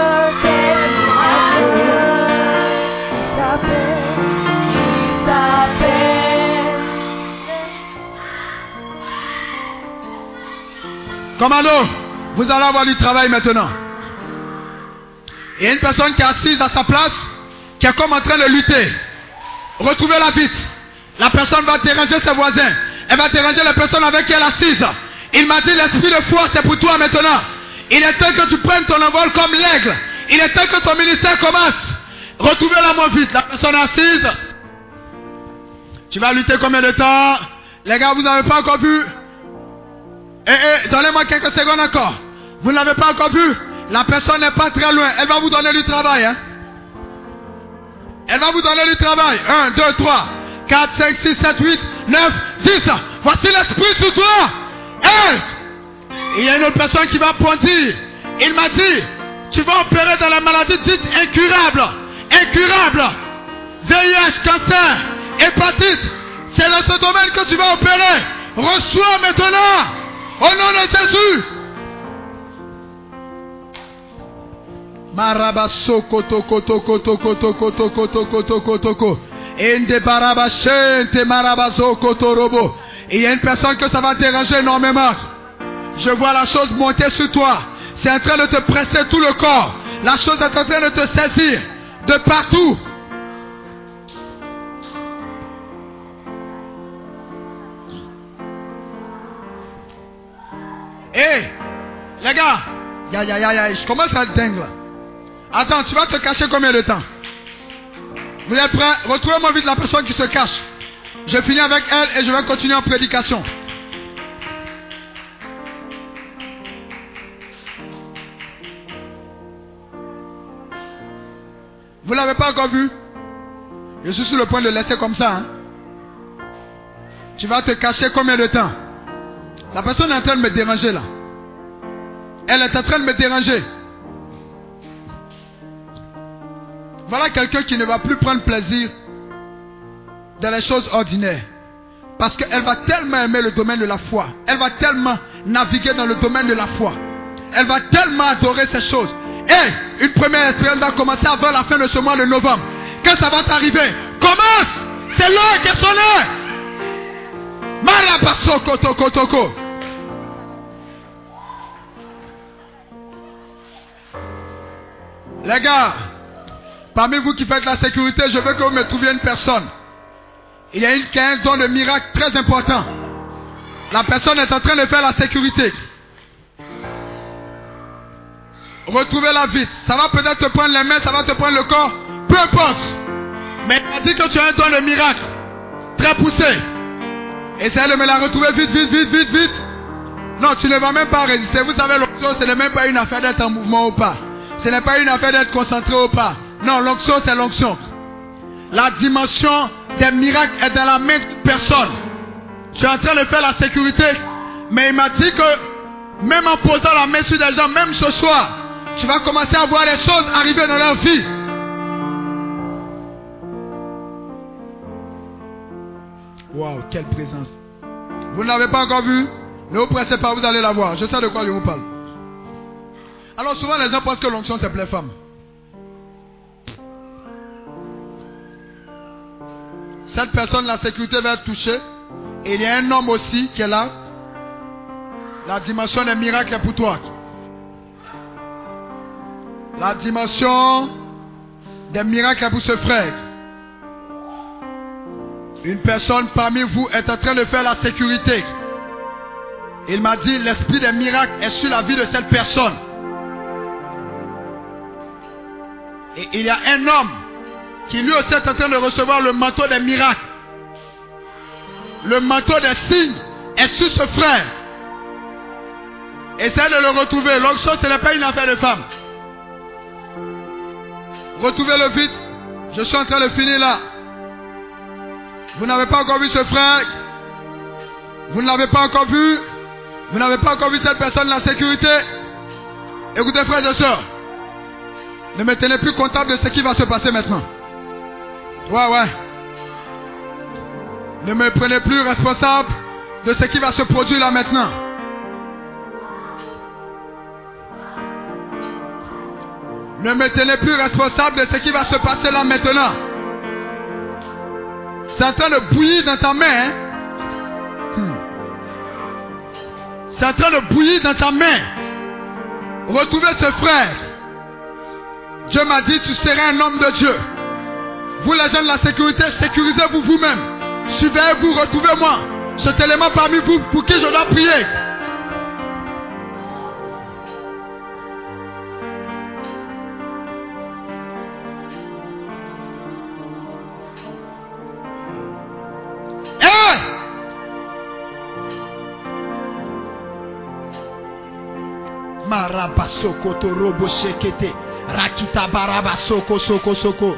Commando, vous allez avoir du travail maintenant. Il y a une personne qui est assise à sa place, qui est comme en train de lutter. Retrouvez-la vite. La personne va déranger ses voisins. Elle va déranger la personne avec qui elle est assise. Il m'a dit, l'esprit de foi, c'est pour toi maintenant. Il est temps que tu prennes ton envol comme l'aigle. Il est temps que ton ministère commence. Retrouvez-la moins vite. La personne assise. Tu vas lutter combien de temps? Les gars, vous n'avez pas encore vu? Eh, eh, donnez-moi quelques secondes encore. Vous ne l'avez pas encore vu? La personne n'est pas très loin. Elle va vous donner du travail. Hein? Elle va vous donner du travail. un, deux, trois, quatre, cinq, six, sept, huit, neuf, dix. Voici l'esprit sur toi. Hey! Il y a une autre personne qui va pointer. Il m'a dit, tu vas opérer dans la maladie dite incurable. Incurable. V I H, cancer, hépatite. C'est dans ce domaine que tu vas opérer. Reçois maintenant. Au nom de Jésus. Marabaso koto koto koto koto koto koto koto koto koto. Ende barabashente marabazo koto robo. Il y a une personne que ça va déranger énormément. Je vois la chose monter sur toi. C'est en train de te presser tout le corps. La chose est en train de te saisir de partout. Hé, hey, les gars, ya ya ya ya, je commence à être dingue là. Attends, tu vas te cacher combien de temps? Vous êtes prêts? Retrouvez-moi vite la personne qui se cache. Je finis avec elle et je vais continuer en prédication. Vous ne l'avez pas encore vu? Je suis sur le point de le laisser comme ça. Hein? Tu vas te cacher combien de temps? La personne est en train de me déranger là. Elle est en train de me déranger. Voilà quelqu'un qui ne va plus prendre plaisir dans les choses ordinaires. Parce qu'elle va tellement aimer le domaine de la foi. Elle va tellement naviguer dans le domaine de la foi. Elle va tellement adorer ces choses. Et une première expérience va commencer avant la fin de ce mois de novembre. Quand ça va t'arriver, commence! C'est l'heure qui est sonnée! Marabaso koto koto koto. Les gars, parmi vous qui faites la sécurité, je veux que vous me trouviez une personne. Il y a une qui a un don de miracle très important. La personne est en train de faire la sécurité. Retrouvez-la vite. Ça va peut-être te prendre les mains, ça va te prendre le corps. Peu importe. Mais il m'a dit que tu as un don de miracle très poussé. Essayez de me la retrouver vite, vite, vite, vite, vite. Non, tu ne vas même pas résister. Vous savez, l'onction, ce n'est même pas une affaire d'être en mouvement ou pas. Ce n'est pas une affaire d'être concentré ou pas. Non, l'onction, c'est l'onction. La dimension des miracles est dans la main d'une personne. Tu es en train de faire la sécurité. Mais il m'a dit que même en posant la main sur des gens, même ce soir, tu vas commencer à voir les choses arriver dans leur vie. Waouh, quelle présence. Vous ne l'avez pas encore vu? Ne vous pressez pas, vous allez la voir. Je sais de quoi je vous parle. Alors souvent les gens pensent que l'onction c'est pour les femmes. Cette personne, la sécurité va être touchée. Et il y a un homme aussi qui est là. La dimension des miracles est pour toi. La dimension des miracles est pour ce frère. Une personne parmi vous est en train de faire la sécurité. Il m'a dit, l'esprit des miracles est sur la vie de cette personne. Et il y a un homme qui lui aussi est en train de recevoir le manteau des miracles. Le manteau des signes est sur ce frère. Essayez de le retrouver. L'onction, ce n'est pas une affaire de femme. Retrouvez-le vite. Je suis en train de finir là. Vous n'avez pas encore vu ce frère. Vous ne l'avez pas encore vu. Vous n'avez pas encore vu cette personne, la sécurité. Écoutez, frères et sœurs. Ne me tenez plus comptable de ce qui va se passer maintenant. Ouais, ouais. Ne me prenez plus responsable de ce qui va se produire là maintenant. Ne me tenez plus responsable de ce qui va se passer là maintenant. C'est en train de bouillir dans ta main. Hein? Hmm. C'est en train de bouillir dans ta main. Retrouvez ce frère. Dieu m'a dit, tu seras un homme de Dieu. Vous les gens de la sécurité, sécurisez-vous vous-même. Surveillez-vous, retrouvez-moi cet élément parmi vous pour qui je dois prier. Marabasoko torobo shekete rakita barabasoko soko soko.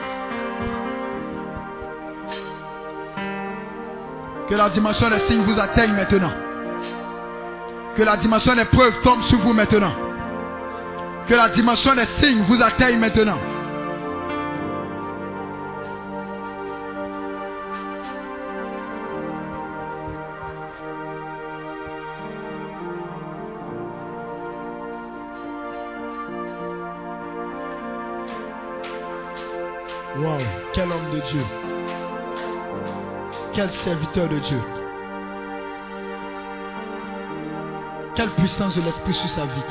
Que la dimension des signes vous atteigne maintenant. Que la dimension des preuves tombe sur vous maintenant. Que la dimension des signes vous atteigne maintenant. Wow, quel homme de Dieu. Quel serviteur de Dieu. Quelle puissance de l'Esprit sur sa vie.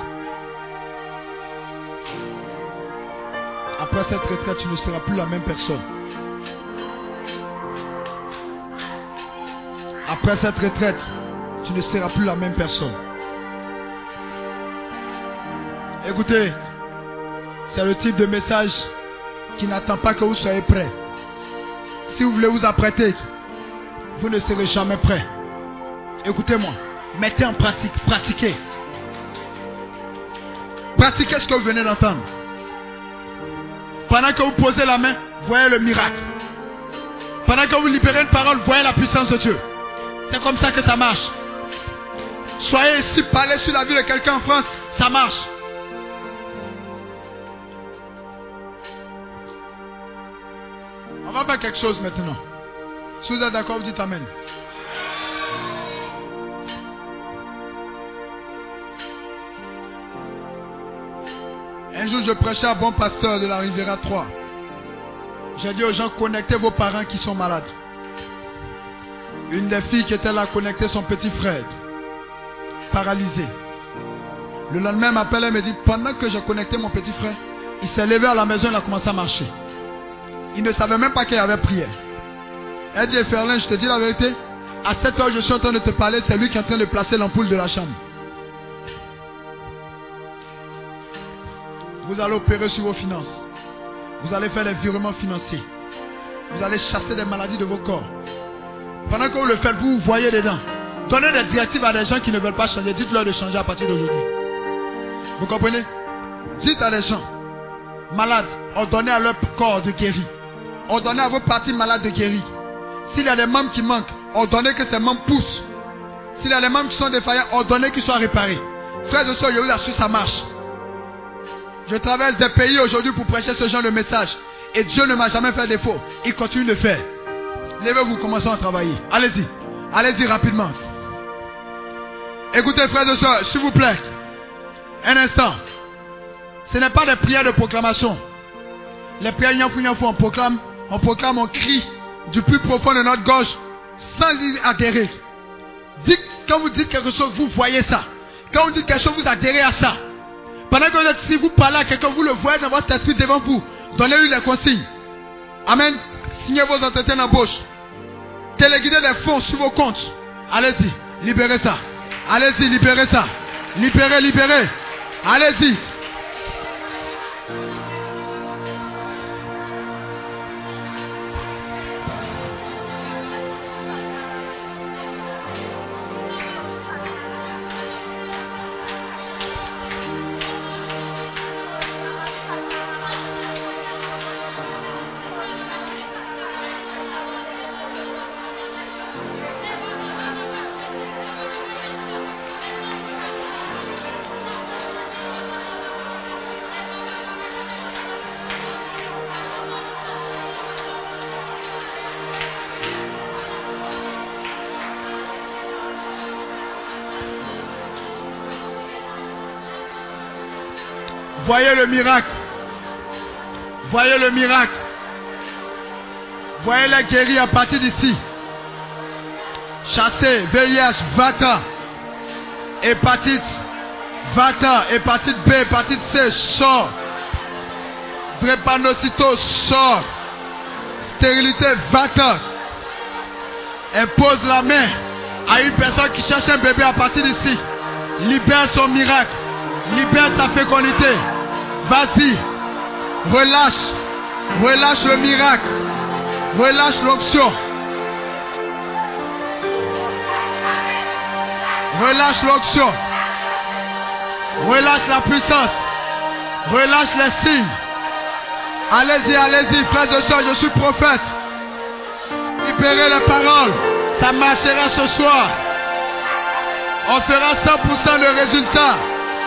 Après cette retraite, tu ne seras plus la même personne. Après cette retraite, tu ne seras plus la même personne. Écoutez, c'est le type de message qui n'attend pas que vous soyez prêts. Si vous voulez vous apprêter, vous ne serez jamais prêts. Écoutez-moi, mettez en pratique, pratiquez. Pratiquez ce que vous venez d'entendre. Pendant que vous posez la main, voyez le miracle. Pendant que vous libérez une parole, voyez la puissance de Dieu. C'est comme ça que ça marche. Soyez ici, parlez sur la vie de quelqu'un en France, ça marche. On va faire quelque chose maintenant. Si vous êtes d'accord, vous dites Amen. Un jour, je prêchais à bon pasteur de la Riviera trois. J'ai dit aux gens, connectez vos parents qui sont malades. Une des filles qui était là connectait son petit frère, paralysé. Le lendemain, elle m'appelle et me dit, pendant que j'ai connecté mon petit frère, il s'est levé à la maison, il a commencé à marcher. Il ne savait même pas qu'il y avait prière. Elle dit, Ferlin, je te dis la vérité, à cette heure je suis en train de te parler, c'est lui qui est en train de placer l'ampoule de la chambre. Vous allez opérer sur vos finances. Vous allez faire des virements financiers. Vous allez chasser des maladies de vos corps. Pendant que vous le faites, vous voyez dedans. Donnez des directives à des gens qui ne veulent pas changer. Dites-leur de changer à partir d'aujourd'hui. Vous comprenez? Dites à des gens malades, ordonnez à leur corps de guérir. Ordonnez à vos parties malades de guérir. S'il y a des membres qui manquent, ordonnez que ces membres poussent. S'il y a des membres qui sont défaillants, ordonnez qu'ils soient réparés. Frères et sœurs, je vous assure, ça marche. Je traverse des pays aujourd'hui pour prêcher ce genre de message. Et Dieu ne m'a jamais fait défaut. Il continue de le faire. Levez-vous, commençons à travailler. Allez-y. Allez-y rapidement. Écoutez, frères et sœurs, s'il vous plaît. Un instant. Ce n'est pas des prières de proclamation. Les prières nyafou nyafou, on proclame, on proclame, on crie du plus profond de notre gorge sans y adhérer. Dites, quand vous dites quelque chose, vous voyez ça. Quand vous dites quelque chose, vous adhérez à ça. Pendant que vous êtes ici, vous parlez à quelqu'un, vous le voyez dans votre esprit devant vous. Donnez-lui des consignes. Amen. Signez vos entretiens d'embauche. Téléguidez des fonds sur vos comptes. Allez-y, libérez ça. Allez-y, libérez ça. Libérez, libérez. Allez-y. Voyez le miracle. Voyez le miracle. Voyez les guéris à partir d'ici. Chassez, V I H, Vata. Hépatite, Vata. Hépatite B, hépatite C, sort. Drépanocytose, sort. stérilité, va-t'en. Impose la main à une personne qui cherche un bébé à partir d'ici. Libère son miracle. Libère sa fécondité. Vas-y. Relâche. Relâche le miracle. Relâche l'onction. Relâche l'onction. Relâche la puissance. Relâche les signes. Allez-y, allez-y, frères et sœurs, je suis prophète. Libérez les paroles. Ça marchera ce soir. On fera cent pour cent le résultat.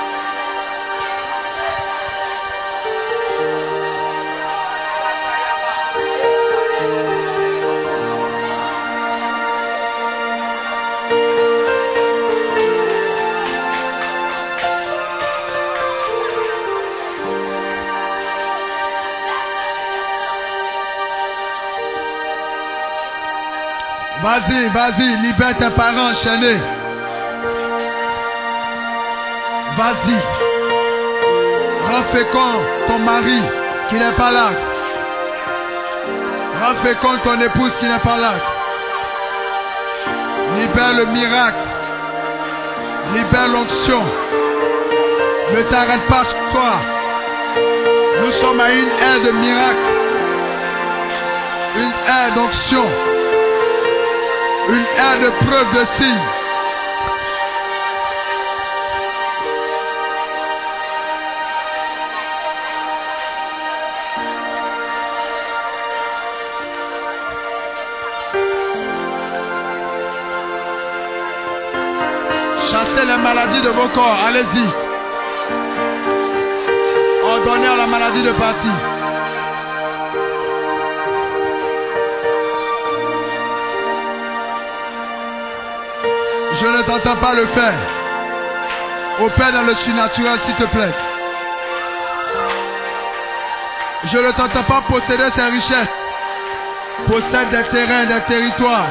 Vas-y, vas-y, libère tes parents enchaînés. Vas-y. Rends fécond ton mari qui n'est pas là. Rends fécond ton épouse qui n'est pas là. Libère le miracle. Libère l'onction. Ne t'arrête pas ce soir. Nous sommes à une ère de miracle. Une ère d'onction. Une ère de preuve de signes. Chassez les maladies de vos corps. Allez-y. Ordonnez à la maladie de partir. Je ne t'entends pas le faire. Opère dans le surnaturel, s'il te plaît. Je ne t'entends pas posséder ces richesses. Possède des terrains, des territoires.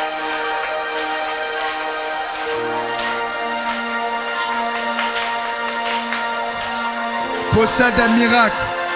Possède des miracles.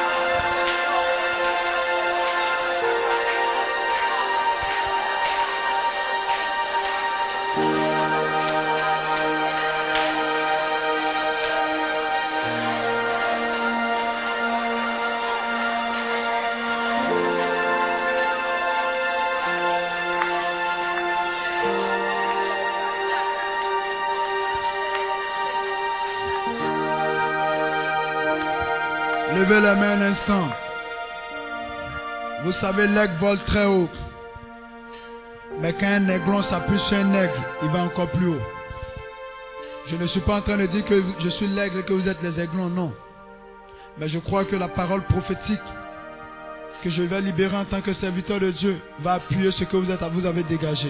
Levez la main un instant. Vous savez, l'aigle vole très haut. Mais quand un aiglon s'appuie sur un aigle, il va encore plus haut. Je ne suis pas en train de dire que je suis l'aigle et que vous êtes les aiglons, non. Mais je crois que la parole prophétique que je vais libérer en tant que serviteur de Dieu va appuyer ce que vous, êtes, vous avez dégagé.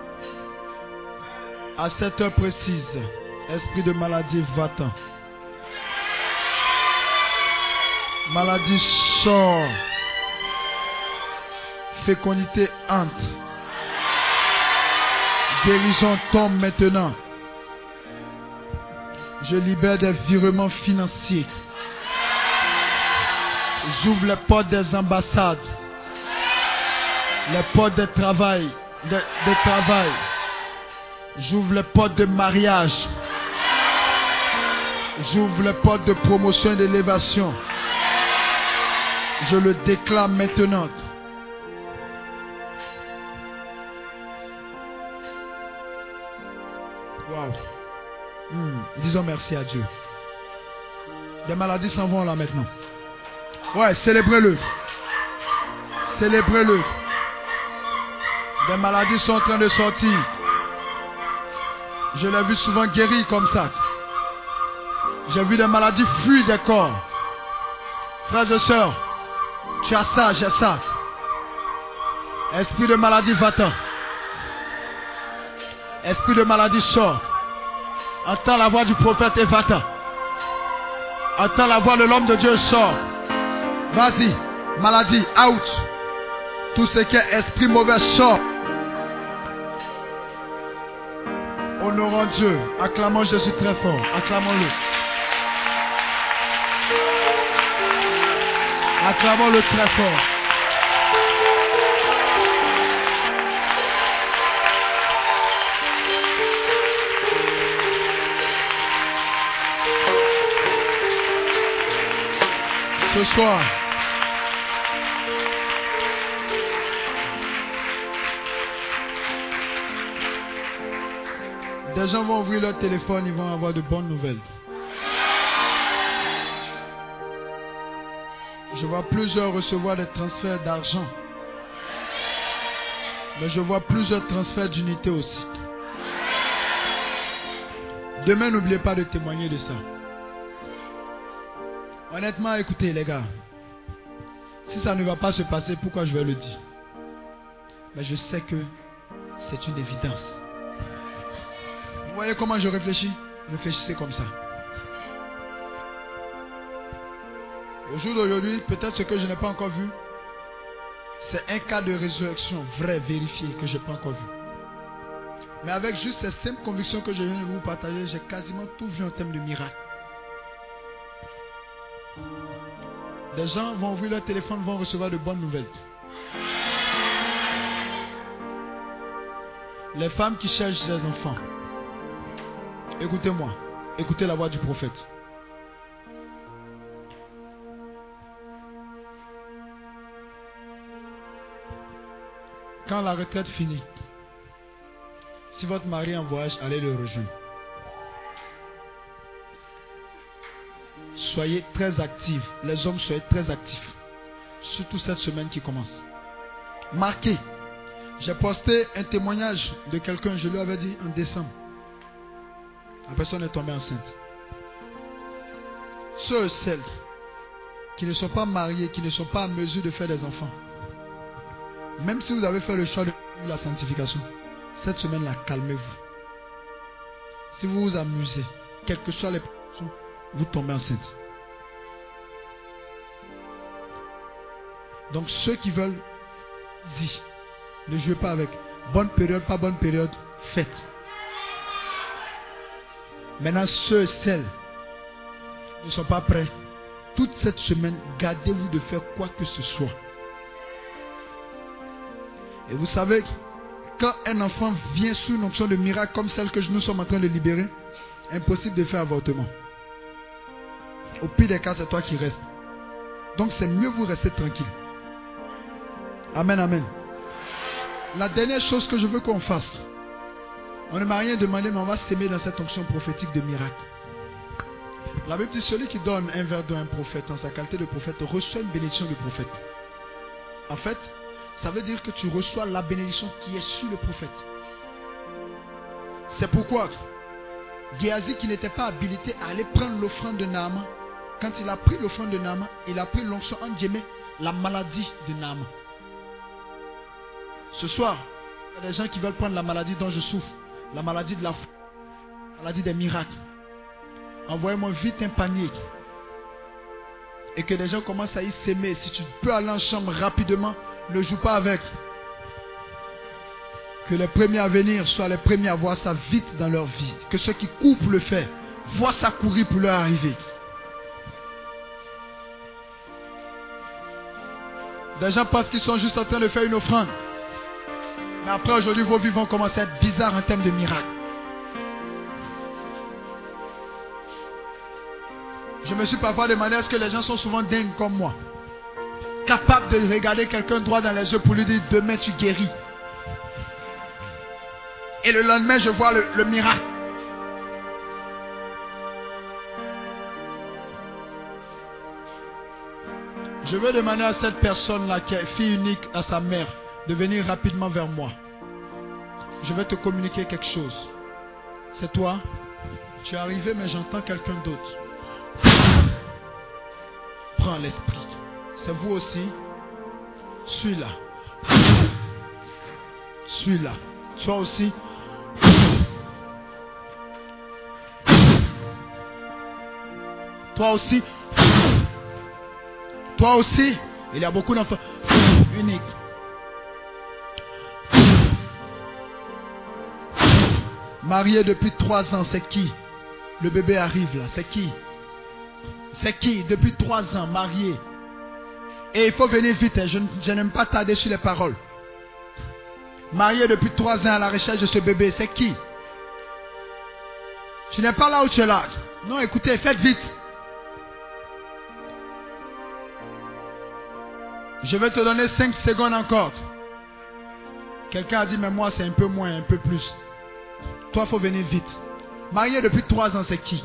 À cette heure précise, esprit de maladie, va-t'en. Maladie sort. Fécondité entre. Guérison tombe maintenant. Je libère des virements financiers. J'ouvre les portes des ambassades. Les portes de travail. De, de travail. J'ouvre les portes de mariage. J'ouvre les portes de promotion et d'élévation. Je le déclare maintenant. Wow. Hmm. Disons merci à Dieu. Les maladies s'en vont là maintenant. Ouais, célébrez-le. Célébrez-le. Les maladies sont en train de sortir. Je l'ai vu souvent guéri comme ça. J'ai vu des maladies fuir des corps. Frères et sœurs, tu as ça, j'ai ça. Esprit de maladie, va-t'en. Esprit de maladie, sort. Entends la voix du prophète et va-t'en. Entends la voix de l'homme de Dieu, sort. Vas-y, maladie, out. Tout ce qui est esprit mauvais, sort. Honorons Dieu. Acclamons Jésus très fort. Acclamons-le. Acclamons-le très fort. Ce soir, des gens vont ouvrir leur téléphone, ils vont avoir de bonnes nouvelles. Je vois plusieurs recevoir des transferts d'argent. Mais je vois plusieurs transferts d'unités aussi. Demain, n'oubliez pas de témoigner de ça. Honnêtement, écoutez les gars. Si ça ne va pas se passer, pourquoi je vais le dire? Mais je sais que c'est une évidence. Vous voyez comment je réfléchis? Réfléchissez comme ça. Au jour d'aujourd'hui, peut-être ce que je n'ai pas encore vu, c'est un cas de résurrection vrai, vérifié, que je n'ai pas encore vu. Mais avec juste ces simples convictions que je viens de vous partager, j'ai quasiment tout vu en termes de miracle. Des gens vont ouvrir leur téléphone, vont recevoir de bonnes nouvelles. Les femmes qui cherchent des enfants, écoutez-moi, écoutez la voix du prophète. Quand la retraite finit, si votre mari est en voyage, allez le rejoindre. Soyez très actifs. Les hommes, soyez très actifs. Surtout cette semaine qui commence. Marquez. J'ai posté un témoignage de quelqu'un, je lui avais dit en décembre. La personne est tombée enceinte. Ceux et celles qui ne sont pas mariés, qui ne sont pas en mesure de faire des enfants, même si vous avez fait le choix de la sanctification, cette semaine-là, calmez-vous. Si vous vous amusez, quelles que soient les personnes, vous tombez enceinte. Donc ceux qui veulent, y ne jouez pas avec. Bonne période, pas bonne période, faites. Maintenant, ceux et celles qui ne sont pas prêts, toute cette semaine, gardez-vous de faire quoi que ce soit. Et vous savez, quand un enfant vient sous une onction de miracle comme celle que nous sommes en train de libérer, impossible de faire avortement. Au pire des cas, c'est toi qui restes. Donc c'est mieux vous rester tranquille. Amen, amen. La dernière chose que je veux qu'on fasse, on ne m'a rien demandé, mais on va s'aimer dans cette onction prophétique de miracle. La Bible dit, celui qui donne un verre d'eau à un prophète, en sa qualité de prophète, reçoit une bénédiction du prophète. En fait, ça veut dire que tu reçois la bénédiction qui est sur le prophète. C'est pourquoi Géasi, qui n'était pas habilité à aller prendre l'offrande de Naaman, quand il a pris l'offrande de Naaman, il a pris l'onction en Djémé, la maladie de Naaman. Ce soir, il y a des gens qui veulent prendre la maladie dont je souffre, la maladie de la foi, la maladie des miracles. Envoyez-moi vite un panier. Et que les gens commencent à y s'aimer. Si tu peux aller en chambre rapidement, ne joue pas avec. Que les premiers à venir soient les premiers à voir ça vite dans leur vie. Que ceux qui courent pour le faire, voient ça courir pour leur arriver. Des gens pensent qu'ils sont juste en train de faire une offrande. Mais après aujourd'hui, vos vies vont commencer à être bizarres en termes de miracles. Je me suis parfois demandé est-ce que les gens sont souvent dingues comme moi, capables de regarder quelqu'un droit dans les yeux pour lui dire demain tu guéris. Et le lendemain je vois le, le miracle. Je veux demander à cette personne-là qui est fille unique à sa mère de venir rapidement vers moi. Je vais te communiquer quelque chose. C'est toi. Tu es arrivé mais j'entends quelqu'un d'autre. Prends l'esprit. C'est vous aussi. Suis-là. Suis-là. Toi aussi. Toi aussi. Toi aussi. Il y a beaucoup d'enfants uniques. Marié depuis trois ans, c'est qui? Le bébé arrive là, c'est qui? C'est qui? Depuis trois ans, marié. Et il faut venir vite, hein. je, je n'aime pas tarder sur les paroles. Marié depuis trois ans à la recherche de ce bébé, c'est qui? Tu n'es pas là où tu es là. Non, écoutez, faites vite. Je vais te donner cinq secondes encore. Quelqu'un a dit, mais moi c'est un peu moins, un peu plus. Toi, il faut venir vite. Marié depuis trois ans, c'est qui?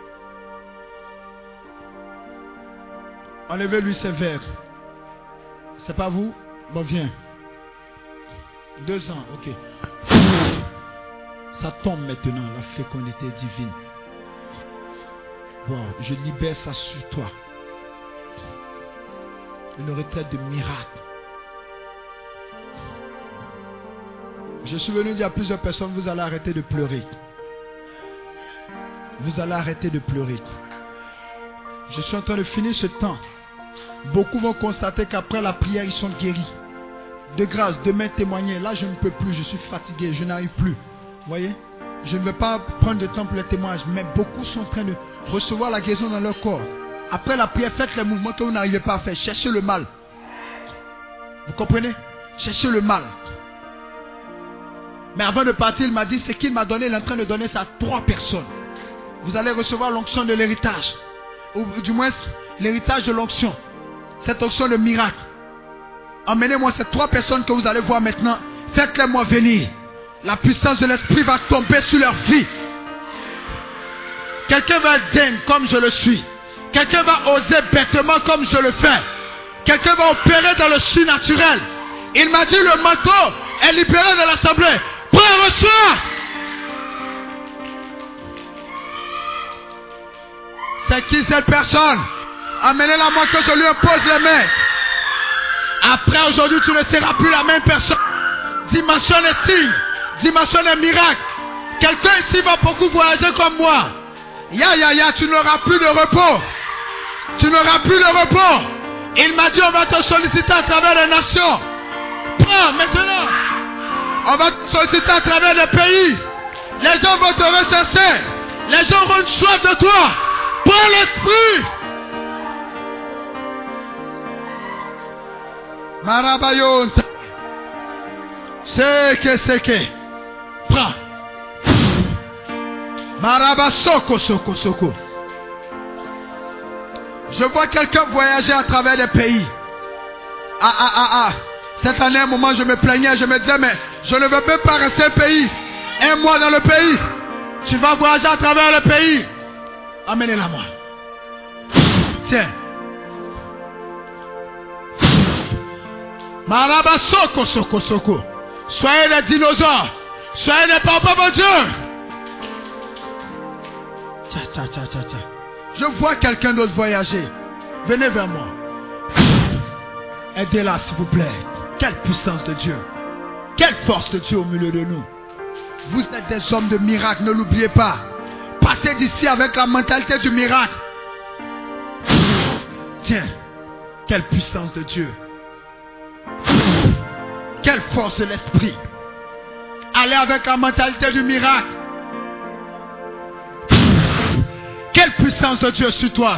Enlevez-lui ses verres. C'est pas vous? Bon, viens. Deux ans, ok. Ça tombe maintenant, la fécondité divine. Wow, je libère ça sur toi. Une retraite de miracle. Je suis venu dire à plusieurs personnes, vous allez arrêter de pleurer. Vous allez arrêter de pleurer. Je suis en train de finir ce temps. Beaucoup vont constater qu'après la prière, ils sont guéris. De grâce, demain témoigner. Là, je ne peux plus, je suis fatigué, je n'arrive plus. Vous voyez? Je ne vais pas prendre de temps pour les témoignages, mais beaucoup sont en train de recevoir la guérison dans leur corps. Après la prière, faites les mouvements que vous n'arrivez pas à faire. Cherchez le mal. Vous comprenez? Cherchez le mal. Mais avant de partir, il m'a dit, ce qu'il m'a donné, il est en train de donner ça à trois personnes. Vous allez recevoir l'onction de l'héritage. Ou du moins, l'héritage de l'onction. Cette onction de miracle. Emmenez-moi ces trois personnes que vous allez voir maintenant. Faites-les-moi venir. La puissance de l'esprit va tomber sur leur vie. Quelqu'un va être dingue comme je le suis. Quelqu'un va oser bêtement comme je le fais. Quelqu'un va opérer dans le surnaturel. Il m'a dit, le manteau est libéré de l'assemblée. Prends, reçois. C'est qui cette personne? Amenez-la moi que je lui impose les mains. Après aujourd'hui, tu ne seras plus la même personne. Dimension des signes, dimension des miracles. Quelqu'un ici va beaucoup voyager comme moi. Ya ya ya, tu n'auras plus de repos. Tu n'auras plus de repos. Il m'a dit, on va te solliciter à travers les nations. Prends maintenant. On va te solliciter à travers les pays. Les gens vont te rechercher. Les gens auront une soif de toi. Prends l'esprit. Marabayon. C'est que c'est que. Prends. Maraba soko soko soko. Je vois quelqu'un voyager à travers les pays. Ah ah ah ah. Cette année, à un moment, je me plaignais, je me disais, mais je ne veux même pas rester au pays. Un mois dans le pays. Tu vas voyager à travers le pays. Amenez-la moi. Tiens. Maraba soko soko soko. Soyez des dinosaures. Soyez des papas, mon Dieu. Tcha, tcha, tcha, tcha, tcha. Je vois quelqu'un d'autre voyager. Venez vers moi. Aidez-la, s'il vous plaît. Quelle puissance de Dieu. Quelle force de Dieu au milieu de nous. Vous êtes des hommes de miracle, ne l'oubliez pas. Partez d'ici avec la mentalité du miracle. Tiens, quelle puissance de Dieu. Quelle force de l'esprit. Allez avec la mentalité du miracle. Quelle puissance de Dieu sur toi.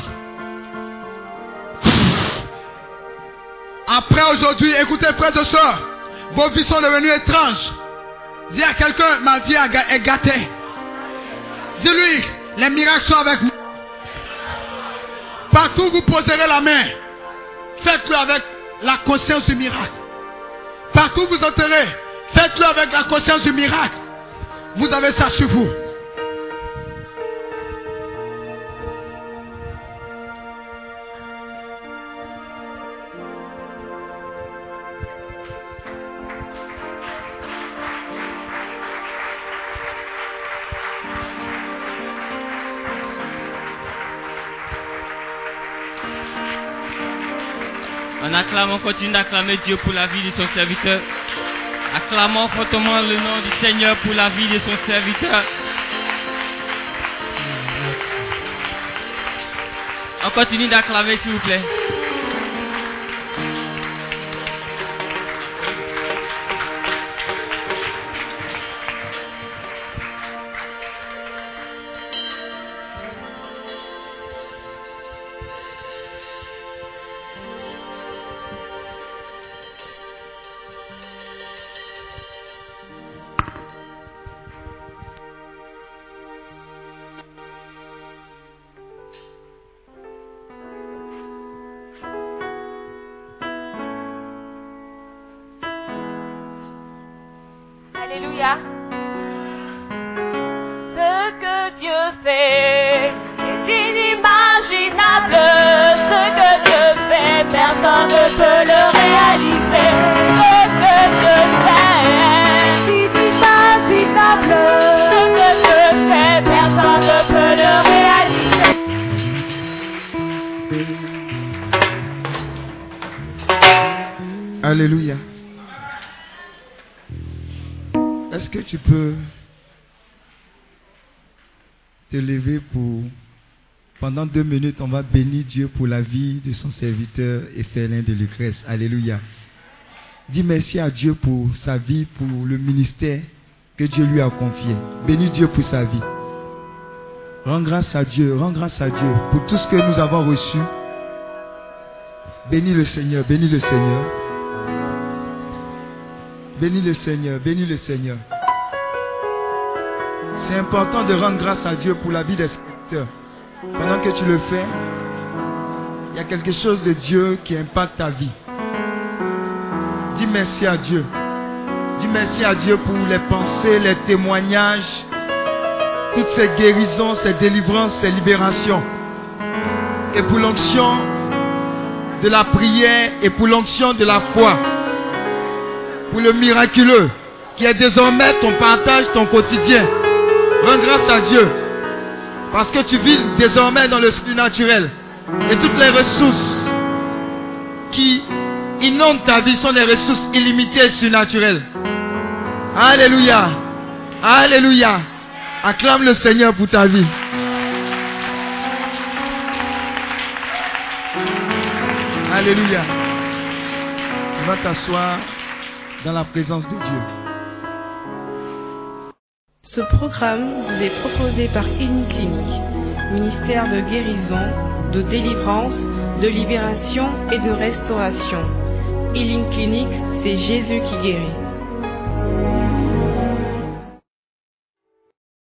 Après aujourd'hui, écoutez frères et sœurs, vos vies sont devenues étranges. Dis à quelqu'un, ma vie est gâtée. Dis-lui, les miracles sont avec moi. Partout où vous poserez la main, faites-le avec la conscience du miracle. Partout où vous entrerez, faites-le avec la conscience du miracle. Vous avez ça sur vous. En acclamant, continue d'acclamer Dieu pour la vie de son serviteur. Acclamons fortement le nom du Seigneur pour la vie de son serviteur. On continue d'acclamer, s'il vous plaît. Alléluia. Ce que Dieu fait est inimaginable. Ce que Dieu fait, personne ne peut le réaliser. Ce que Dieu fait est inimaginable. Ce que Dieu fait, personne ne peut le réaliser. Alléluia. Est-ce que tu peux te lever pour... Pendant deux minutes, on va bénir Dieu pour la vie de son serviteur Ephelin de Lucrèce. Alléluia. Dis merci à Dieu pour sa vie, pour le ministère que Dieu lui a confié. Bénis Dieu pour sa vie. Rends grâce à Dieu, rends grâce à Dieu pour tout ce que nous avons reçu. Bénis le Seigneur, bénis le Seigneur. Bénis le Seigneur, bénis le Seigneur. C'est important de rendre grâce à Dieu pour la vie des serviteurs. Pendant que tu le fais, il y a quelque chose de Dieu qui impacte ta vie. Dis merci à Dieu. Dis merci à Dieu pour les pensées, les témoignages, toutes ces guérisons, ces délivrances, ces libérations. Et pour l'onction de la prière et pour l'onction de la foi. Pour le miraculeux qui est désormais ton partage, ton quotidien. Rends grâce à Dieu parce que tu vis désormais dans le surnaturel et toutes les ressources qui inondent ta vie sont des ressources illimitées et surnaturelles. Alléluia. Alléluia. Acclame le Seigneur pour ta vie. Alléluia. Tu vas t'asseoir dans la présence de Dieu. Ce programme vous est proposé par Healing Clinic, ministère de guérison, de délivrance, de libération et de restauration. Healing Clinic, c'est Jésus qui guérit.